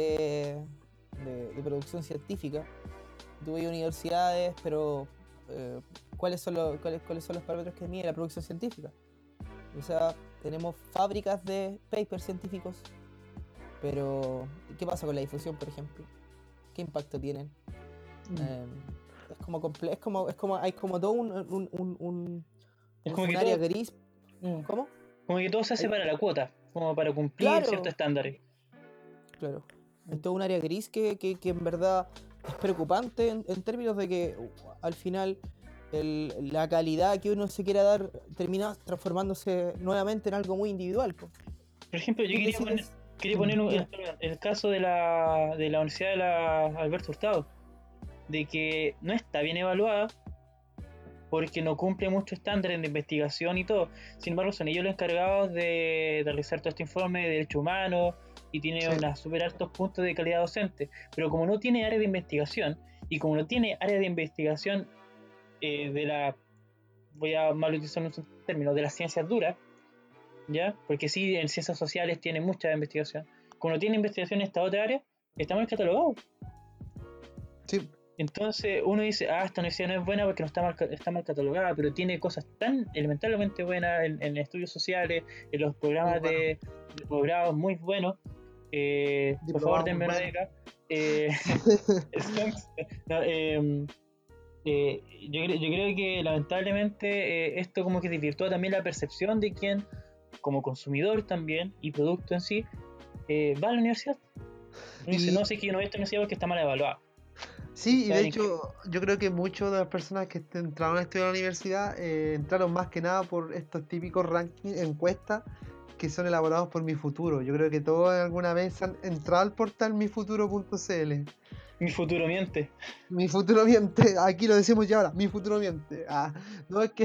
de producción científica. Tú ves universidades, pero ¿cuáles son los parámetros que mide la producción científica? O sea, tenemos fábricas de papers científicos, pero ¿qué pasa con la difusión, por ejemplo? ¿Qué impacto tienen? Eh, es como hay como todo es un área gris. mm, ¿Cómo? como que todo se hace Hay- para la cuota, como para cumplir ciertos claro, estándares. claro. Hay todo un área gris que en verdad es preocupante en términos de que al final la calidad que uno se quiera dar termina transformándose nuevamente en algo muy individual, po. Por ejemplo, yo Tú decides. quería poner Dime. el caso de la Universidad de la Alberto Hurtado, de que no está bien evaluada porque no cumple muchos estándares de investigación y todo. Sin embargo, son ellos los encargados de realizar todo este informe de derechos humanos y tiene Sí. unos super altos puntos de calidad docente. Pero como no tiene área de investigación y como no tiene área de investigación de la, voy a mal utilizar un término, de las ciencias duras, ¿ya? Porque sí, en ciencias sociales tiene mucha investigación. Como no tiene investigación en esta otra área, está mal catalogado. Sí. Entonces uno dice, esta universidad no es buena porque no está mal catalogada, pero tiene cosas tan elementalmente buenas en estudios sociales, en los Muy programas bueno. de posgrado muy buenos. Por favor, Diplomado muy denme una bueno. beca. Stonks. No, yo creo que lamentablemente esto como que desvirtúa también la percepción de quien, como consumidor también y producto en sí, va a la universidad. Uno dice, Y no sé que yo no voy a esta universidad porque está mal evaluada. sí, y de ¿Saben qué? hecho, yo creo que muchas de las personas que entraron a estudiar a la universidad entraron más que nada por estos típicos rankings, encuestas que son elaborados por Mi Futuro. Yo creo que todos alguna vez han entrado al portal mifuturo.cl. Mi futuro miente. Mi futuro miente, aquí lo decimos ya ahora, mi futuro miente. No es que,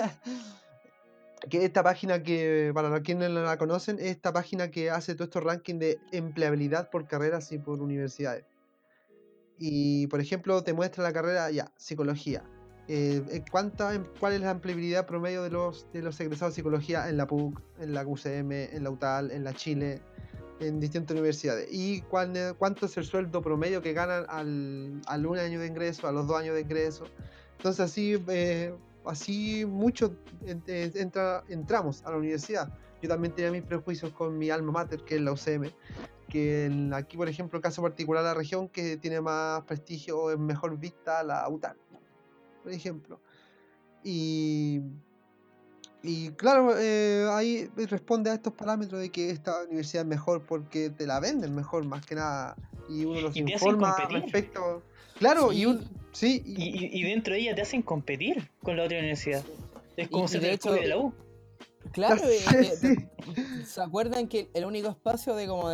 que esta página que, para los quienes no la conocen, es esta página que hace todo estos rankings de empleabilidad por carreras y por universidades. Y, por ejemplo, te muestra la carrera, ya, psicología. ¿Cuál es la empleabilidad promedio de los egresados de psicología en la PUC, en la UCM, en la UTAL, en la Chile, en distintas universidades? ¿Y cuánto es el sueldo promedio que ganan al 1 año de ingreso, a los 2 años de ingreso? Entonces así muchos entramos a la universidad. Yo también tenía mis prejuicios con mi alma mater, que es la UCM, que aquí, por ejemplo, el caso particular de la región que tiene más prestigio o es mejor vista la UTAN, por ejemplo. Y claro, ahí responde a estos parámetros de que esta universidad es mejor porque te la venden mejor, más que nada, y uno los Y te hacen informa competir. respecto. Claro, Sí, sí, Y dentro de ella te hacen competir con la otra universidad. sí. Es como Y ser de del copy hecho, de la U. claro, sí, ¿se acuerdan que el único espacio de como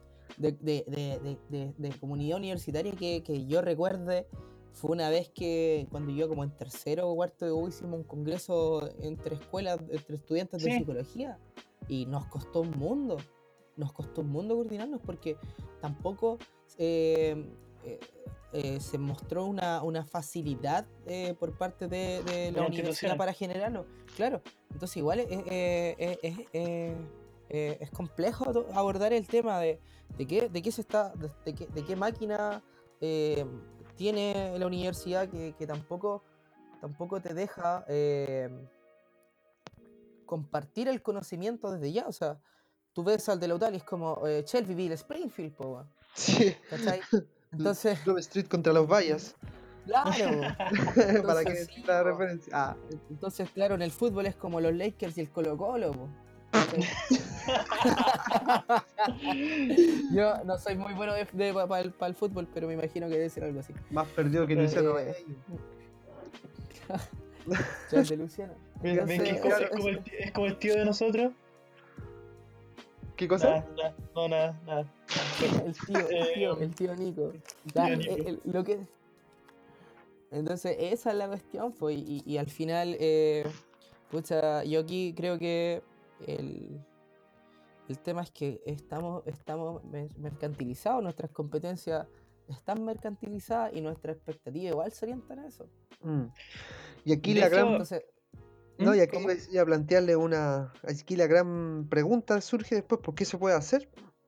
de comunidad universitaria que yo recuerde fue una vez que cuando yo como en tercero o cuarto de U hicimos un congreso entre escuelas, entre estudiantes de Sí, psicología y nos costó un mundo coordinarnos porque tampoco eh, eh, se mostró una facilidad por parte de por la las universidad instituciones. para generarlo, claro, entonces igual es complejo abordar el tema de qué se está, de qué máquina eh, tiene la universidad que tampoco te deja compartir el conocimiento desde ya. O sea, tú ves al de Lautaro y es como Shelbyville, Springfield, po, weón. Sí. ¿Cachai? Entonces, Grove Street contra los Bayas. claro. Para que Entonces, sí, la po. referencia. Ah, Entonces, claro, en el fútbol es como los Lakers y el Colo-Colo, po, ¿cachai? Yo no soy muy bueno para el fútbol, pero me imagino que debe ser algo así. más perdido que Luciano Eh, Bello. Ya el de Luciano. Ven que Entonces, es como el tío de nosotros. ¿Qué cosa? Nada. el tío Nico. Tío Nico. Lo que... Entonces, esa es la cuestión, pues, y al final, pucha, yo aquí creo que el tema es que estamos mercantilizados, nuestras competencias están mercantilizadas y nuestras expectativas igual se orientan a eso. Mm. Y aquí De la hecho, gran. Entonces, No, y aquí ¿cómo? iba a plantearle una. Aquí la gran pregunta surge después: ¿por qué se puede hacer?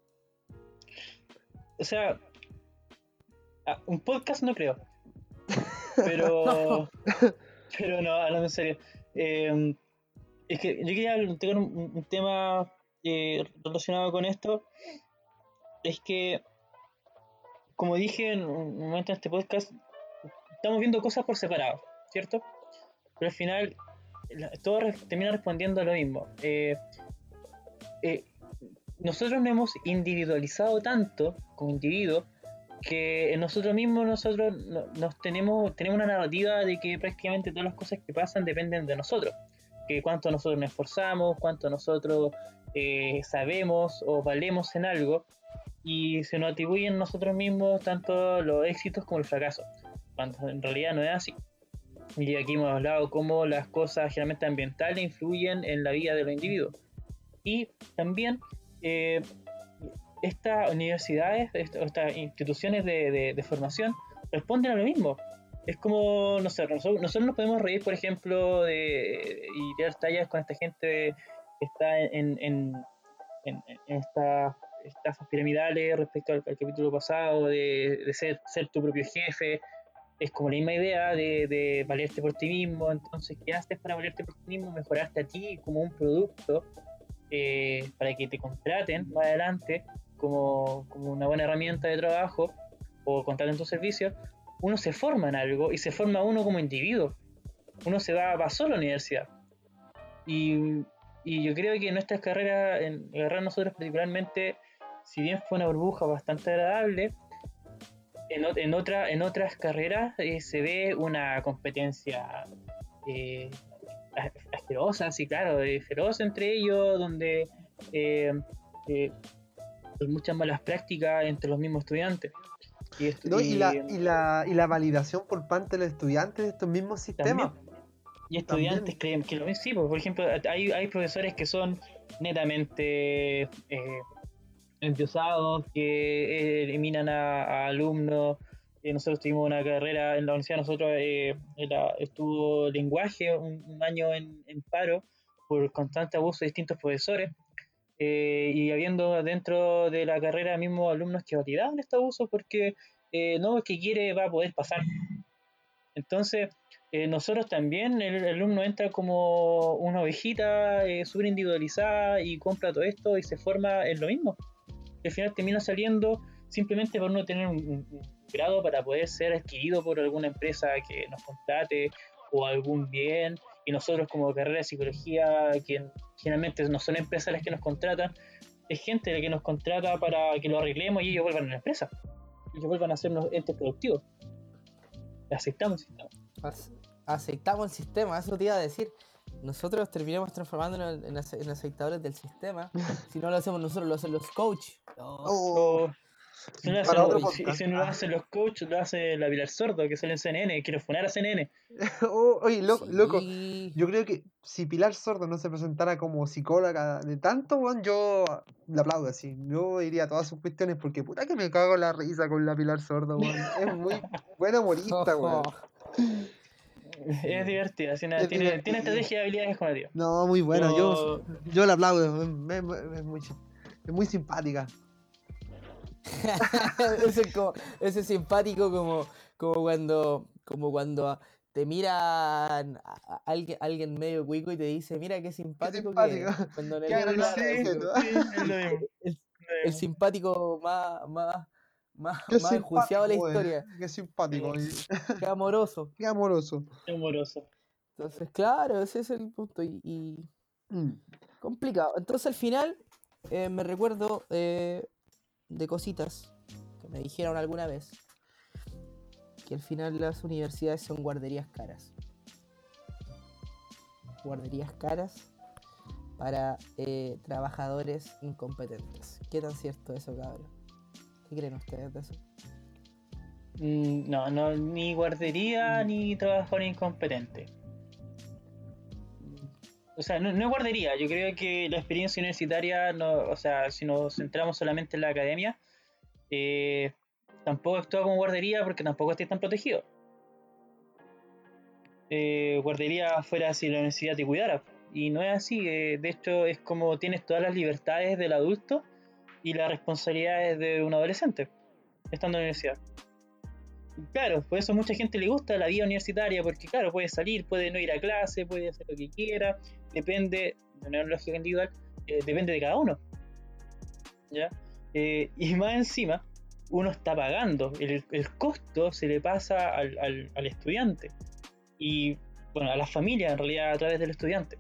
o sea, un podcast no creo. Pero no, hablando en serio. Es que yo quería tocar un tema relacionado con esto. Es que, como dije en un momento en este podcast, estamos viendo cosas por separado, ¿cierto? Pero al final todo termina respondiendo a lo mismo. Nosotros nos hemos individualizado tanto como individuos que en nosotros mismos nos tenemos una narrativa de que prácticamente todas las cosas que pasan dependen de nosotros, que cuánto nosotros nos esforzamos, cuánto nosotros sabemos o valemos en algo, y se nos atribuyen a nosotros mismos tanto los éxitos como el fracaso, cuando en realidad no es así. Y aquí hemos hablado cómo las cosas generalmente ambientales influyen en la vida de los individuos. Y también estas universidades, estas instituciones de formación responden a lo mismo. Es como, no sé, nosotros nos podemos reír, por ejemplo, y tirar tallas con esta gente que está en estas estafas piramidales respecto al capítulo pasado, de ser tu propio jefe. Es como la misma idea de valerte por ti mismo. Entonces, ¿qué haces para valerte por ti mismo? Mejorarte a ti como un producto para que te contraten más adelante como una buena herramienta de trabajo o contraten tus servicios. Uno se forma en algo y se forma uno como individuo. Uno se va solo a la universidad. Y yo creo que en nuestras carreras, nosotros particularmente, si bien fue una burbuja bastante agradable, en otras carreras se ve una competencia asquerosa, sí, claro, feroz entre ellos, donde hay muchas malas prácticas entre los mismos estudiantes. ¿No? Y la validación por parte de los estudiantes de estos mismos sistemas. También, y estudiantes creen que lo mismo. Sí, por ejemplo, hay profesores que son netamente endiosados, que eliminan a alumnos. Nosotros tuvimos una carrera en la universidad, nosotros estuvo lenguaje un año en paro por constante abuso de distintos profesores, y habiendo dentro de la carrera mismos alumnos que validaban este abuso porque no, el que quiere va a poder pasar. Entonces, nosotros también, el alumno entra como una ovejita súper individualizada y compra todo esto y se forma en lo mismo. Y al final termina saliendo simplemente por no tener un grado para poder ser adquirido por alguna empresa que nos contrate o algún bien. Y nosotros como carrera de psicología, que generalmente no son empresas las que nos contratan, es gente la que nos contrata para que lo arreglemos y ellos vuelvan a la empresa. Ellos vuelvan a ser unos entes productivos. Aceptamos el sistema. Aceptamos el sistema, eso te iba a decir. Nosotros terminamos transformándonos en aceptadores del sistema. Si no lo hacemos nosotros, lo hacen los coaches. Si no, Para otro si podcast. no lo hacen los coaches, lo hace la Pilar Sordo, que sale en CNN. Quiero funar a CNN. Oye, loco, Sí. yo creo que si Pilar Sordo no se presentara como psicóloga de tanto, weón, yo le aplaudo así. Yo diría a todas sus cuestiones porque puta que me cago la risa con la Pilar Sordo, weón. Es muy buena humorista, weón. Es divertida, Es tiene divertido. estrategia y habilidades con el tío. No, muy buena, yo le aplaudo. Es muy simpática. Ese es simpático como cuando te miran alguien medio cuico y te dice, mira qué simpático que simpático. eres. Cuando en Qué el agradecido. así Sí, como, sí, es lo mismo. el simpático Qué más enjuiciado de la simpático, historia. qué simpático. Qué amoroso. Qué amoroso. Qué amoroso. Entonces, claro, ese es el punto. Y Mm. complicado. Entonces, al final, me recuerdo de cositas que me dijeron alguna vez. Que al final las universidades son guarderías caras. Guarderías caras para trabajadores incompetentes. ¿Qué tan cierto es eso, cabrón? ¿Qué creen ustedes de eso? No, ni guardería ni trabajador incompetente. O sea, no es guardería. Yo creo que la experiencia universitaria, no, o sea, si nos centramos solamente en la academia, tampoco actúa como guardería porque tampoco estés tan protegido. Guardería fuera si la universidad te cuidara. Y no es así. De hecho, es como tienes todas las libertades del adulto y las responsabilidades de un adolescente estando en la universidad. Claro, por eso a mucha gente le gusta la vida universitaria, porque claro, puede salir, puede no ir a clase, puede hacer lo que quiera, depende, de una lógica individual, depende de cada uno, ¿ya? Y más encima, uno está pagando, el costo se le pasa al estudiante, y bueno, a la familia en realidad a través del estudiante.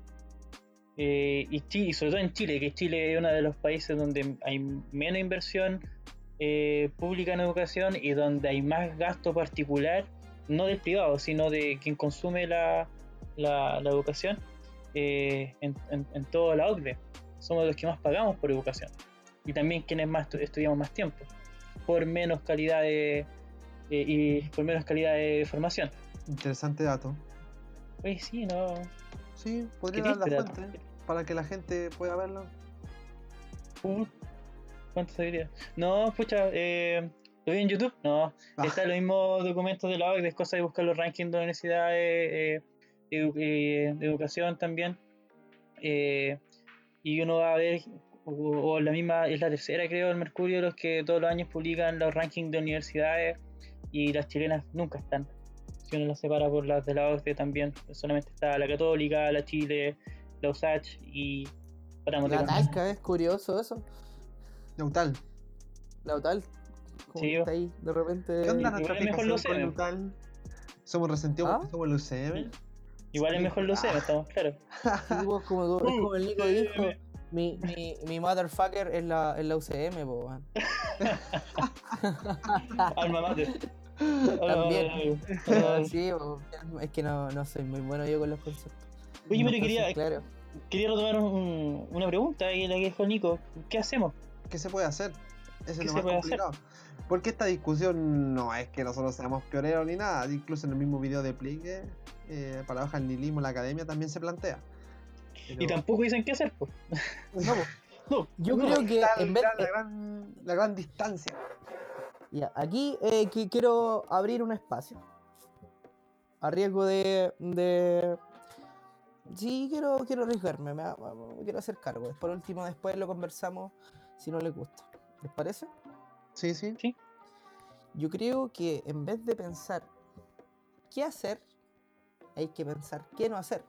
Y sobre todo en Chile, que Chile es uno de los países donde hay menos inversión pública en educación y donde hay más gasto particular, no del privado, sino de quien consume la educación en toda la OCDE. Somos los que más pagamos por educación y también quienes más estudiamos más tiempo, por menos calidad y por menos calidad de formación. Interesante dato. Oye, sí, no. Sí, Qué podría dar la triste dato. fuente para que la gente pueda verlo. ¿Cuánto seguiría? No, pucha, ¿lo vi en YouTube? No, está los mismos documentos de la OCDE, es cosa de buscar los rankings de universidades, de educación también. Y uno va a ver, o la misma, es la tercera creo, el Mercurio, los que todos los años publican los rankings de universidades y las chilenas nunca están. Si uno las separa por las de la OCDE también, solamente está la Católica, la Chile, la USACH y paramos de La contar. Talca, es curioso eso. Neutal. La Utal, como Sí, que está ahí, de repente. ¿Qué onda nuestra igual es mejor lo fijación con UCM. Neutal? ¿Somos resentidos ¿Ah? porque somos el UCM? Igual es mejor lo UCM, estamos claros. Sí, pues, es como el Nico dijo, mi motherfucker es la UCM, po, weón. Alma mater. También. Ah, Sí, po, es que no soy muy bueno yo con los conceptos. Oye, pero Entonces, claro. quería retomar una pregunta que la que dijo Nico. ¿Qué hacemos? ¿Qué se puede hacer? Eso ¿Qué es lo se más puede hacer? complicado. Porque esta discusión no es que nosotros seamos pioneros ni nada. Incluso en el mismo video de Plique, Paradoja del Nihilismo, la academia también se plantea. Pero... Y tampoco dicen qué hacer, pues. No, po. No, Yo no, creo ahí que está en vez la gran distancia. ya, aquí quiero abrir un espacio. A riesgo de... Sí, quiero arriesgarme, me quiero hacer cargo. Por último, después lo conversamos si no les gusta. ¿Les parece? Sí, sí. sí. Yo creo que en vez de pensar qué hacer, hay que pensar qué no hacer.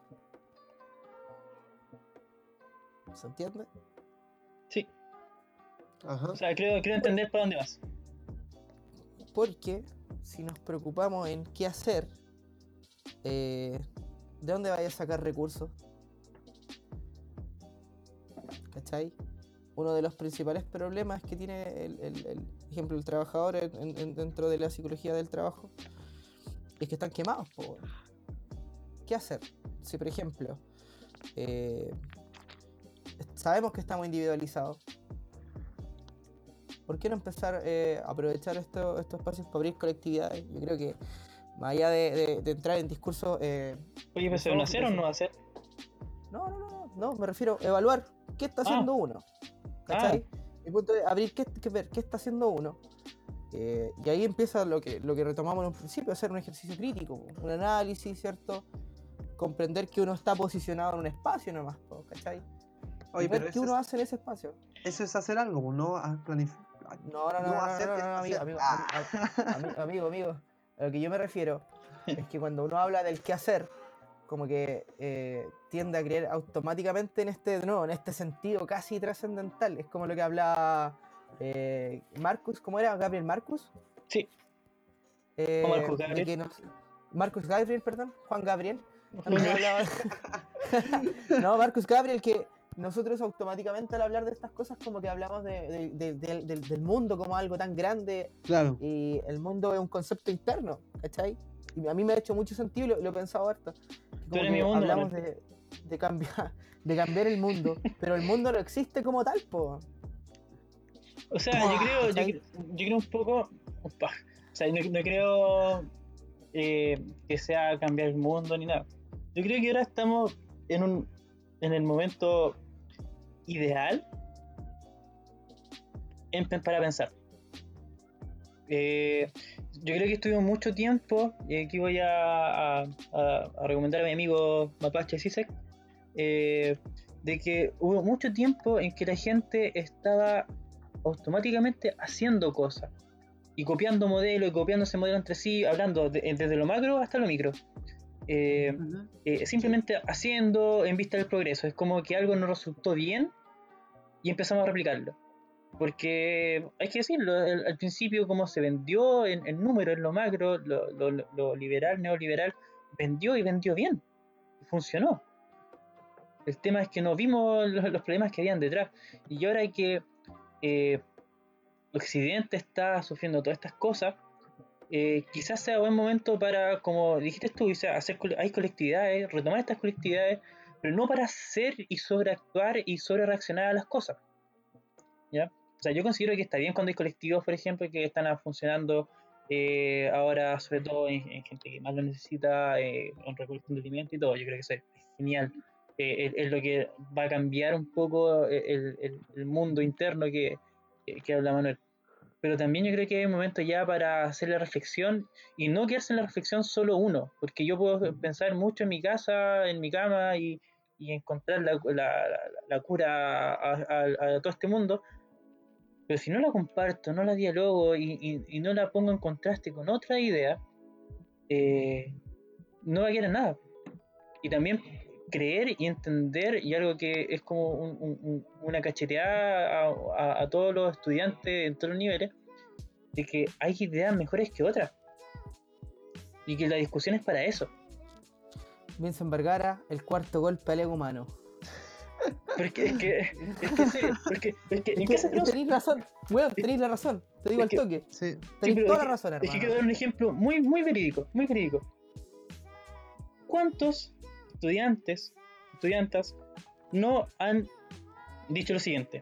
¿Se entiende? Sí. Ajá. O sea, creo entender para dónde vas. Porque si nos preocupamos en qué hacer, ¿de dónde vaya a sacar recursos? ¿Cachai? Uno de los principales problemas que tiene ejemplo, el trabajador dentro de la psicología del trabajo es que están quemados. ¿Qué hacer? Si, por ejemplo, sabemos que estamos individualizados, ¿por qué no empezar a aprovechar estos espacios para abrir colectividades? Yo creo que, más allá de entrar en discursos... Oye, pero ¿se van a hacer o no va a hacer? No, me refiero a evaluar qué está haciendo uno. ¿Cachai? Mi punto es abrir ver qué está haciendo uno. Y ahí empieza lo que retomamos en un principio, hacer un ejercicio crítico, un análisis, ¿cierto? Comprender que uno está posicionado en un espacio nomás, ¿cachai? Oye, y ver pero qué uno hace en ese espacio. Eso es hacer algo, no planificar. No, amigo. A lo que yo me refiero es que cuando uno habla del qué hacer, como que tiende a creer automáticamente en este sentido casi trascendental. Es como lo que hablaba Marcus, ¿cómo era? ¿Gabriel Marcus? Sí, como el De Gabriel. que Marcus Gabriel, perdón, Juan Gabriel. Juan También Gabriel. hablaba no, Marcus Gabriel, que nosotros automáticamente al hablar de estas cosas como que hablamos del mundo como algo tan grande, Claro. y el mundo es un concepto interno, ¿cachai? Y a mí me ha hecho mucho sentido y lo he pensado harto. Como eres mi que mundo, hablamos Manuel. de cambiar el mundo, pero el mundo no existe como tal, po. O sea, yo creo, ¿Cachai? yo creo un poco. Opa, o sea, no creo que sea cambiar el mundo ni nada. Yo creo que ahora estamos en el momento ideal para pensar. Eh, yo creo que estuvimos mucho tiempo, y aquí voy a recomendar a mi amigo Mapache Sisek, de que hubo mucho tiempo en que la gente estaba automáticamente haciendo cosas y copiando modelos y copiando ese modelo entre sí, hablando desde lo macro hasta lo micro. Simplemente haciendo en vista del progreso. Es como que algo nos resultó bien y empezamos a replicarlo. Porque hay que decirlo, al principio como se vendió en número, en lo macro, lo liberal, neoliberal, vendió y vendió bien. Funcionó. El tema es que no vimos los problemas que habían detrás. Y ahora hay que Occidente está sufriendo todas estas cosas. Quizás sea buen momento para, como dijiste tú, hay colectividades, retomar estas colectividades, pero no para hacer y sobreactuar y sobre reaccionar a las cosas, ¿ya? O sea, yo considero que está bien cuando hay colectivos, por ejemplo, que están funcionando ahora, sobre todo en gente que más lo necesita, con recolección de alimentos y todo. Yo creo que eso es genial. Es lo que va a cambiar un poco el mundo interno que habla Manuel. Pero también yo creo que hay un momento ya para hacer la reflexión y no quedarse en la reflexión solo uno, porque yo puedo pensar mucho en mi casa, en mi cama y encontrar la cura a todo este mundo, pero si no la comparto, no la dialogo y no la pongo en contraste con otra idea, no va a quedar nada. Y también creer y entender, y algo que es como una cacheteada a todos los estudiantes en todos los niveles, de que hay ideas mejores que otras y que la discusión es para eso. Vincent Vergara, el cuarto golpe al ego humano. Porque es que sí, ¿en qué se traduce? Tenéis razón, weón, tenéis la razón. Te digo Es al que, toque. Sí. sí, Tenéis pero toda la razón, es que hermano. quiero dar un ejemplo muy verídico, muy verídico. ¿Cuántos estudiantas no han dicho lo siguiente?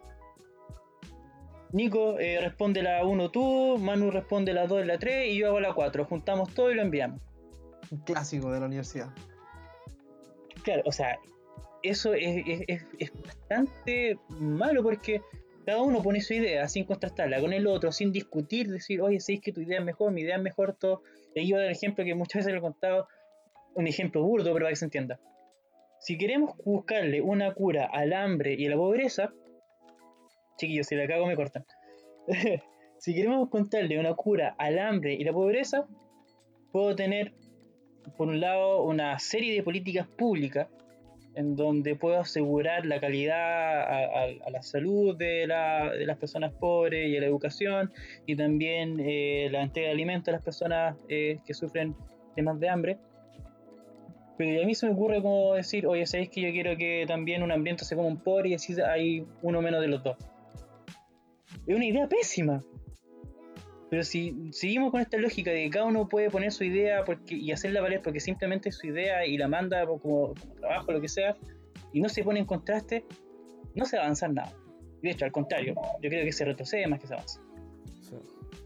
Nico responde la 1 tú, Manu responde la 2 y la 3 y yo hago la 4. Juntamos todo y lo enviamos. Un clásico de la universidad. Claro, o sea, eso es bastante malo porque cada uno pone su idea sin contrastarla con el otro, sin discutir, decir, oye, ¿sabes que tu idea es mejor, mi idea es mejor, todo? Y ahí voy a dar el ejemplo que muchas veces lo he contado, un ejemplo burdo, pero para que se entienda. Si queremos buscarle una cura al hambre y a la pobreza, chiquillos, si la cago me cortan. Si queremos encontrarle una cura al hambre y la pobreza, puedo tener, por un lado, una serie de políticas públicas en donde puedo asegurar la calidad a la salud de las personas pobres y a la educación, y también la entrega de alimentos a las personas que sufren temas de hambre. Pero a mí se me ocurre como decir, oye, ¿sabéis que yo quiero que también un hambriento se coma un pobre y así hay uno menos de los dos? Es una idea pésima. Pero si seguimos con esta lógica de que cada uno puede poner su idea y hacerla valer porque simplemente es su idea y la manda como trabajo, lo que sea, y no se pone en contraste, no se va a avanzar nada. De hecho, al contrario, yo creo que se retrocede más que se avanza. Sí.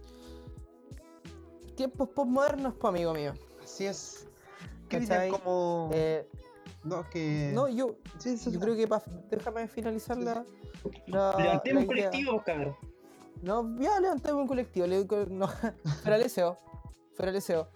Tiempos postmodernos, pues, amigo mío. Así es. ¿Qué ¿Cachai? dirían como.? No, que. No, yo Sí, creo que déjame finalizar Sí. la Levantemos un idea. colectivo, pues, cabrón. No, ya levantemos un colectivo. No, fuera el deseo. Fuera el deseo.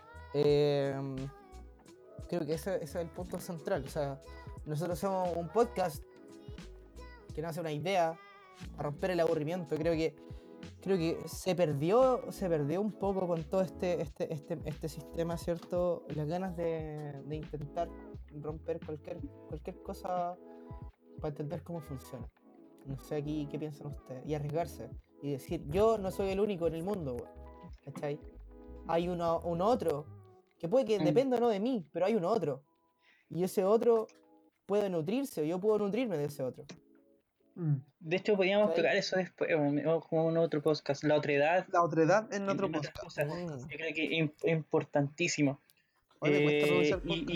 Creo que ese es el punto central. O sea, nosotros somos un podcast que nace una idea a romper el aburrimiento. Creo que creo que se perdió un poco con todo este sistema, ¿cierto? Las ganas de intentar romper cualquier cosa para entender cómo funciona. No sé aquí qué piensan ustedes. Y arriesgarse. Y decir, yo no soy el único en el mundo, weón. ¿Cachai? Hay un otro, que puede que dependa no de mí, pero hay un otro. Y ese otro puede nutrirse, o yo puedo nutrirme de ese otro. De hecho, podríamos ¿Cachai? tocar eso después, o como en otro podcast, la otredad La otredad en otro en otras podcast. cosas. Yo creo que es importantísimo. Hoy me cuesta pronunciar podcast.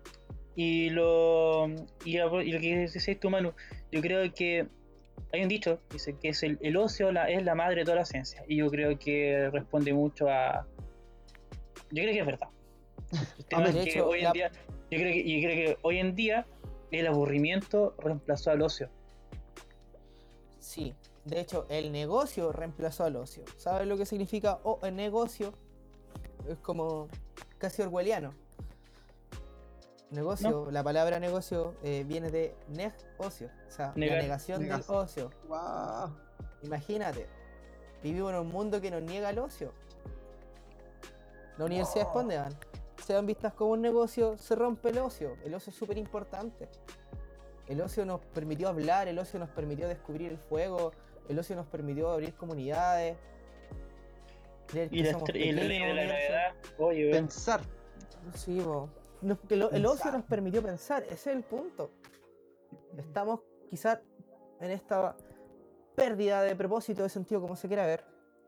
Y lo que decís tú, Manu, yo creo que hay un dicho, dice que es el ocio es la madre de toda la ciencia. Y yo creo que responde mucho a. Yo creo que es verdad. El tema Amén. es De que hecho, hoy en día, yo creo que hoy en día el aburrimiento reemplazó al ocio. sí. De hecho, el negocio reemplazó al ocio. ¿Sabes lo que significa el negocio? Es como casi orwelliano. Negocio, ¿No? la palabra negocio viene de negocio, o sea, la Negar. negación del Negación. ocio. Wow. Imagínate, vivimos en un mundo que nos niega el ocio. Las universidades, ¿para dónde van? Sean vistas como un negocio, se rompe el ocio. El ocio es súper importante. El ocio nos permitió hablar, el ocio nos permitió descubrir el fuego, el ocio nos permitió abrir comunidades, creer Y que somos la pequeños ley en de el la universo. gravedad, oye, weón. Pensar. Sí, po. El ocio Pensar. nos permitió pensar, ese es el punto. Estamos quizás en esta pérdida de propósito, de sentido, como se quiera ver,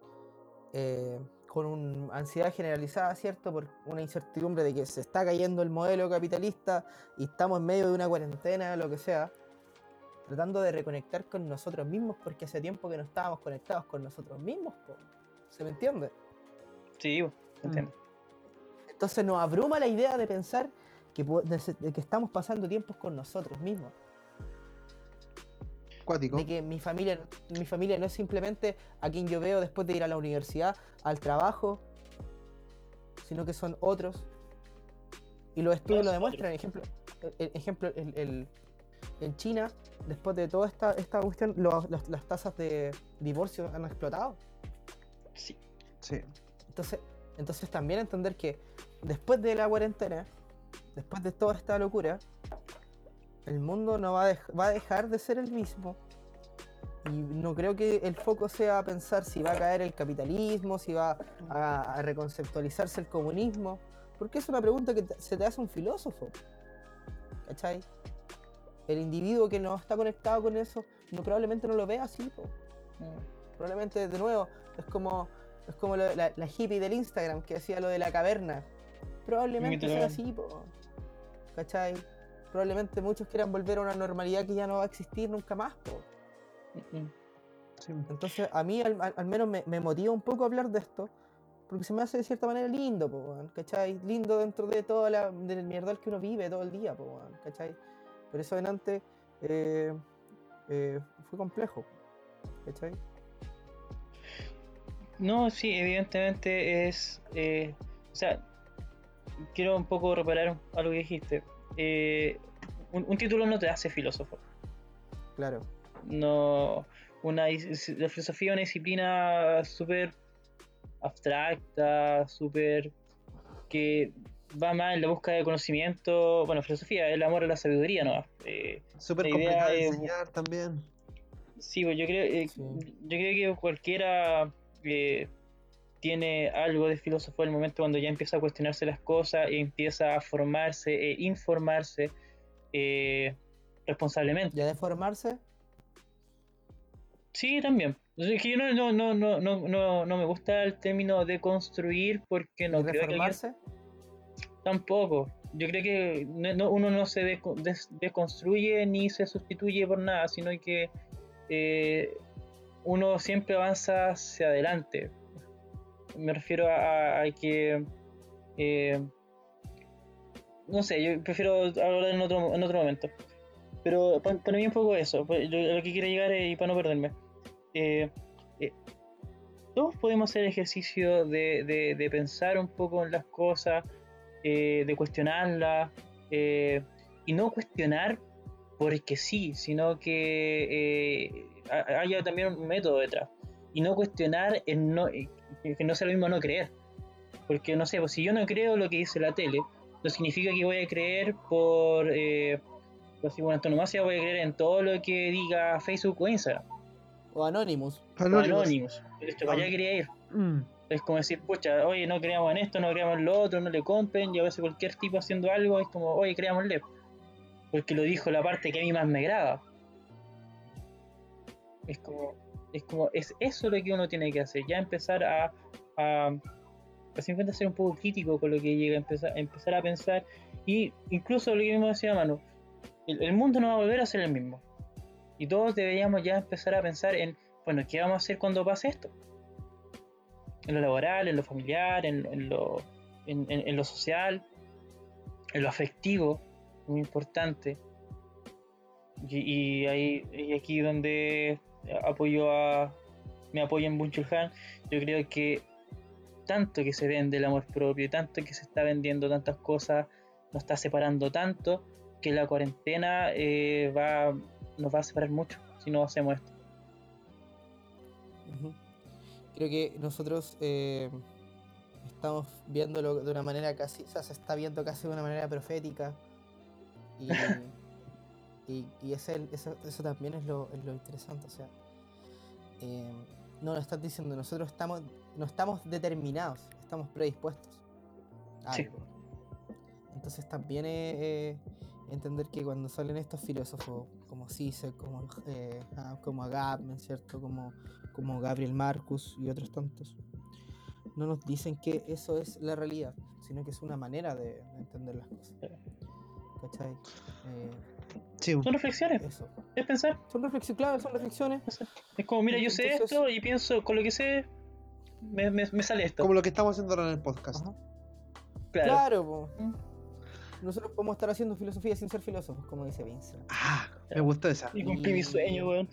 con una ansiedad generalizada, ¿cierto? Por una incertidumbre de que se está cayendo el modelo capitalista y estamos en medio de una cuarentena, lo que sea, tratando de reconectar con nosotros mismos porque hace tiempo que no estábamos conectados con nosotros mismos, po. ¿Se me entiende? Sí, entiendo. Entonces nos abruma la idea de pensar de que estamos pasando tiempos con nosotros mismos. Cuático. De que mi familia no es simplemente a quien yo veo después de ir a la universidad, al trabajo, sino que son otros. Y los estudios lo demuestran. En China, después de toda esta cuestión, las tasas de divorcio han explotado. Sí. Sí. Entonces también entender que después de la cuarentena, después de toda esta locura, el mundo no va a dejar de ser el mismo. Y no creo que el foco sea pensar si va a caer el capitalismo, si va a reconceptualizarse el comunismo, porque es una pregunta que se te hace un filósofo. ¿Cachai? El individuo que no está conectado con eso probablemente no lo vea así, po. Probablemente, de nuevo, es como la hippie del Instagram que decía lo de la caverna. Probablemente sea así, po. ¿Cachai? Probablemente muchos quieran volver a una normalidad que ya no va a existir nunca más, po. Sí. Entonces a mí al menos me motiva un poco hablar de esto, porque se me hace de cierta manera lindo, po, weón, ¿cachai? Lindo dentro de toda del mierdal que uno vive todo el día, po, weón, ¿cachai? Pero eso adelante fue complejo, ¿cachai? No, sí, evidentemente es. O sea, quiero un poco reparar algo que dijiste. Un título no te hace filósofo. Claro. No. La filosofía es una disciplina súper abstracta, súper. Que va más en la búsqueda de conocimiento. Bueno, filosofía, el amor a la sabiduría, ¿no? Súper La complicada idea de es. enseñar también. Sí, pues yo creo que cualquiera tiene algo de filósofo en el momento cuando ya empieza a cuestionarse las cosas e empieza a formarse e informarse responsablemente. ¿Ya de formarse? Sí, también. Es que yo no me gusta el término de construir porque ¿Y no creo que alguien reformarse? tampoco. Yo creo que uno no se deconstruye ni se sustituye por nada, sino que uno siempre avanza hacia adelante. Me refiero a que no sé, yo prefiero hablar en otro momento. Pero para mí un poco eso, lo que quiero llegar y para no perderme. Eh, eh, Todos podemos hacer ejercicio de pensar un poco en las cosas, de cuestionarlas, y no cuestionar porque sí, sino que haya también un método detrás. y no cuestionar que no sea lo mismo no creer. Porque no sé, pues si yo no creo lo que dice la tele, no significa que voy a creer así por antonomasia, voy a creer en todo lo que diga Facebook o Instagram O Anonymous. o Anónimos. Anonymous. Esto para allá quería ir. Mm, Es como decir, pucha, oye, no creamos en esto, no creamos en lo otro, no le compren, y a veces cualquier tipo haciendo algo es como, oye, creámosle, porque lo dijo la parte que a mí más me agrada. Es como, es eso lo que uno tiene que hacer, ya empezar a simplemente ser un poco crítico con lo que llega, empezar a pensar, y incluso lo que mismo decía Manu, el mundo no va a volver a ser el mismo, y todos deberíamos ya empezar a pensar en, bueno, ¿qué vamos a hacer cuando pase esto? En lo laboral, en lo familiar, en lo social, en lo afectivo, muy importante. Y aquí donde me apoyo en Bunchul Han, yo creo que tanto que se vende el amor propio, tanto que se está vendiendo tantas cosas, nos está separando tanto, que la cuarentena nos va a separar mucho si no hacemos esto. Ujú. Creo que nosotros estamos viéndolo de una manera casi, o sea, se está viendo casi de una manera profética. Y eso también es lo interesante. O sea, no lo estás diciendo, nosotros no estamos determinados, estamos predispuestos a Sí. algo. Entonces también entender que cuando salen estos filósofos como Zizek, como Agamben, ¿cierto? Como Gabriel Marcus y otros tantos, no nos dicen que eso es la realidad, sino que es una manera de entender las cosas. ¿Cachai? sí, Son reflexiones, Eso. es pensar. Son reflexiones, claro, son reflexiones. Es como, mira, yo sé Entonces, esto y pienso, con lo que sé, me sale esto. como lo que estamos haciendo ahora en el podcast. ajá. Claro. Claro, po. Nosotros podemos estar haciendo filosofía sin ser filósofos, como dice Vincent. Ah, me gustó esa. Y cumplí mi sueño, weón.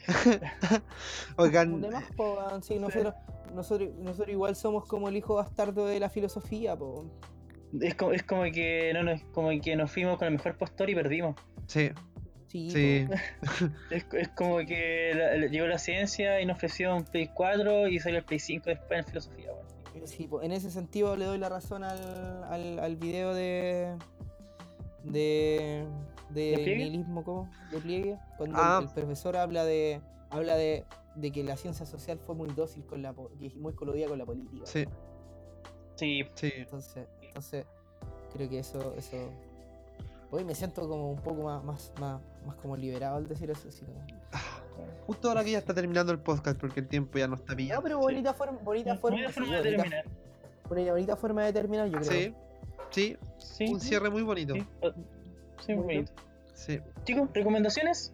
Oigan, Además, po, weón, sí, nosotros igual somos como el hijo bastardo de la filosofía, po. Es como que como que nos fuimos con el mejor postor y perdimos. sí, Sí, sí. po. Es como que llegó la ciencia y nos ofreció un Play 4 y salió el Play 5 después en filosofía, weón. Sí, po. En ese sentido le doy la razón al video de ¿De Pliegue? nihilismo, ¿cómo? De Pliegue, cuando Ah. el profesor habla de que la ciencia social fue muy dócil y muy coludida con la política. Sí, Sí, sí. Entonces creo que eso hoy me siento como un poco más como liberado al decir eso, así como... Justo ahora que ya está terminando el podcast porque el tiempo ya no está No, pillando. pero bonita forma, bonita forma de terminar. bonita forma de terminar, yo creo. Sí, sí, Sí, un cierre muy bonito. sí, sí, muy bonito. Sí. Chicos, ¿recomendaciones?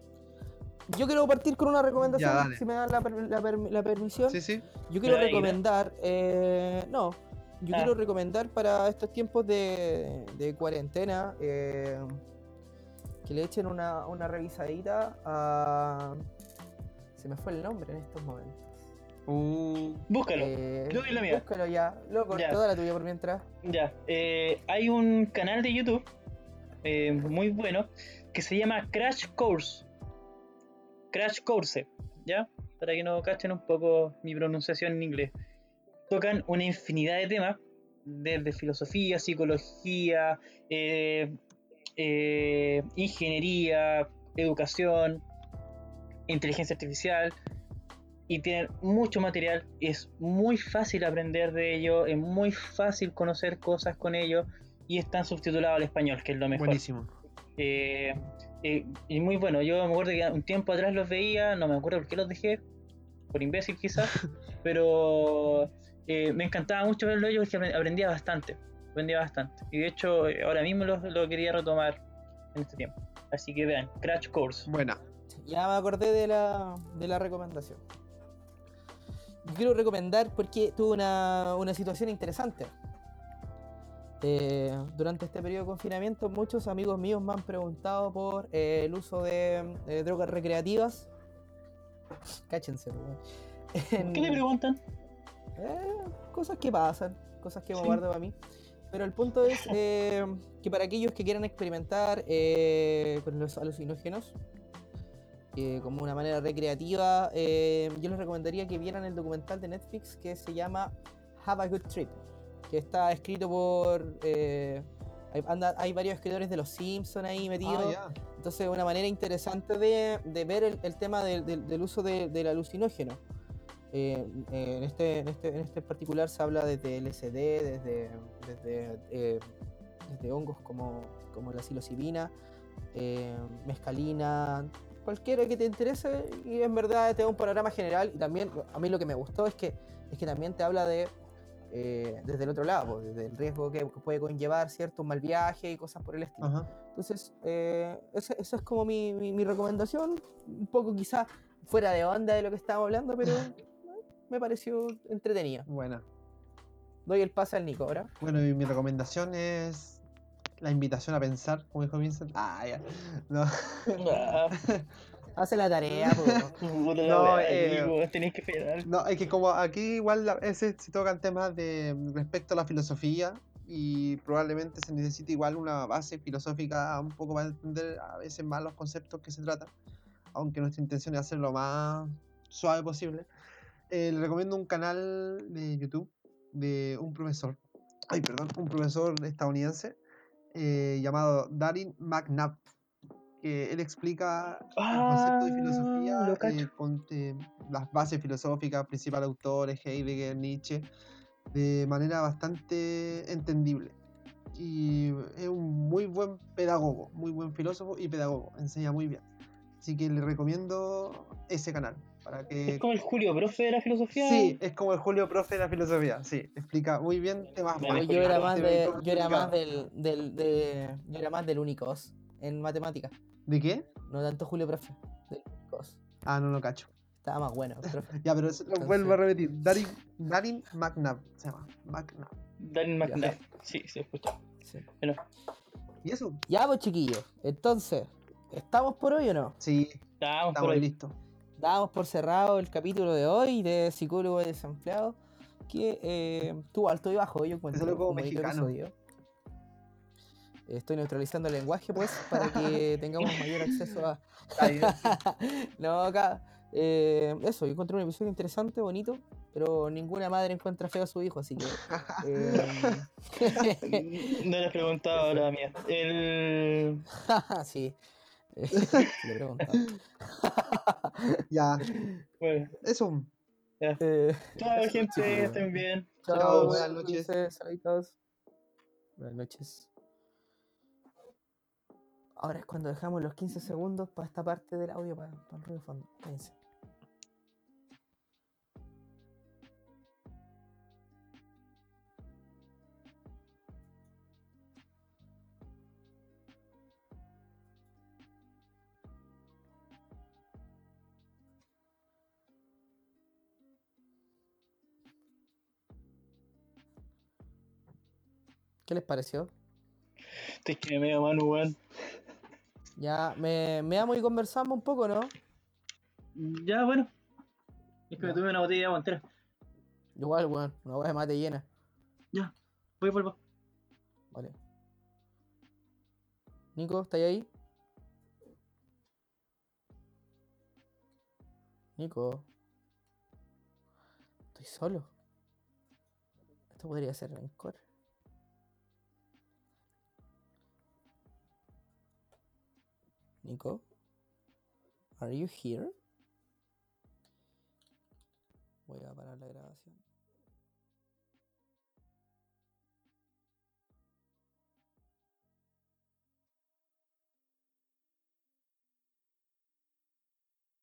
Yo quiero partir con una recomendación, Ya, dale. si me dan la permisión. Sí, sí. Yo quiero Dale, recomendar, quiero Ah. recomendar para estos tiempos de cuarentena que le echen una revisadita a... Se me fue el nombre en estos momentos. Búscalo. Yo doy la mía. Búscalo ya, loco, Ya. toda la tuya por mientras. Ya, hay un canal de YouTube muy bueno que se llama Crash Course. Crash Course, ¿ya? Para que no cachen un poco mi pronunciación en inglés. Tocan una infinidad de temas, desde filosofía, psicología, ingeniería, educación, inteligencia artificial, y tienen mucho material. Es muy fácil aprender de ello, es muy fácil conocer cosas con ello, y están subtitulados al español, que es lo mejor. Buenísimo. Y muy bueno. Yo me acuerdo que un tiempo atrás los veía, no me acuerdo por qué los dejé, por imbécil quizás, pero me encantaba mucho verlo ellos porque aprendía bastante. Y de hecho ahora mismo lo quería retomar en este tiempo. Así que vean, Crash Course. Buena. Ya me acordé de la recomendación. Yo quiero recomendar porque tuve una situación interesante. Durante este periodo de confinamiento, muchos amigos míos me han preguntado por el uso de drogas recreativas. Cáchense, weón. ¿Qué le preguntan? Cosas que pasan, cosas que me Sí. guardo para mí. Pero el punto es que para aquellos que quieran experimentar con los alucinógenos, como una manera recreativa, yo les recomendaría que vieran el documental de Netflix que se llama Have a Good Trip, que está escrito por... hay varios escritores de Los Simpsons ahí metidos. ya. Entonces, una manera interesante de ver el tema del uso del alucinógeno. En este particular se habla desde LSD, desde hongos como la psilocibina, mescalina, cualquiera que te interese, y en verdad te da un panorama general. Y también a mí lo que me gustó es que también te habla desde el otro lado, pues, desde el riesgo que puede conllevar, ¿cierto? Un mal viaje y cosas por el estilo. Ajá. Entonces, esa es como mi recomendación, un poco quizás fuera de onda de lo que estábamos hablando, pero me pareció entretenido. Buena. Doy el pase al Nico ahora. Bueno, y mi recomendación es la invitación a pensar, como dijo Vincent. Ya. No. Ah, Hace la tarea, po. puta la No, wea, Nico, tenéis que frenar. No, es que como aquí igual a veces se tocan temas de respecto a la filosofía y probablemente se necesite igual una base filosófica un poco para entender a veces más los conceptos que se tratan, aunque nuestra intención es hacerlo lo más suave posible. Le recomiendo un canal de YouTube de un profesor, un profesor estadounidense llamado Darin McNabb, que él explica el concepto de filosofía Lo cacho. con las bases filosóficas, principales autores, Heidegger, Nietzsche, de manera bastante entendible. Y es un muy buen pedagogo, muy buen filósofo y pedagogo, enseña muy bien. Así que le recomiendo ese canal. Para Es que... como el Julio, profe de la filosofía. Sí, es como el Julio Profe de la filosofía, sí, explica muy bien temas Dale, Oye, yo Julio, era profe. más yo era más complicados. yo era más del Unicos en matemáticas, ¿De qué? no tanto Julio Profe, del Unicos. Ah, no, no cacho. Estaba más bueno, profe. Ya, pero lo vuelvo a repetir. Darin McNabb se llama. McNabb. Daniel Ya. McNabb. Sí, se escucha. Sí. Bueno, ¿Y eso? Ya, pues chiquillos, entonces, ¿estamos por hoy o no? Sí, estábamos por estamos hoy. listos. Damos por cerrado el capítulo de hoy de Psicólogo Desempleado, que tuvo alto y bajo, yo Te encuentro, salió como un bonito mexicano. episodio. Estoy neutralizando el lenguaje, pues, para que tengamos mayor acceso a... Está bien. No, acá... eso, yo encontré un episodio interesante, bonito, pero ninguna madre encuentra feo a su hijo, así que... No le he preguntado a Eso. la mía. El. Sí, se le he preguntado. Ya, Bueno, eso. ya. Chao, Eso, gente, chiquillos. estén bien. Chao, Chao, buenas noches. cuídense, saluditos. Buenas noches. Ahora es cuando dejamos los 15 segundos para esta parte del audio, para el ruido de fondo. Cállense. ¿Qué les pareció? Estoy que me medio mano, weón. Ya, me amo y conversamos un poco, ¿no? Ya, bueno. Es que Ya. me tomé una botella de agua entera. Igual, weón, una hueá de mate llena. Ya, voy, vuelvo. Vale. Nico, ¿estás ahí? Nico. Estoy solo. Esto podría ser rencor. Nico, are you here? Voy a parar la grabación.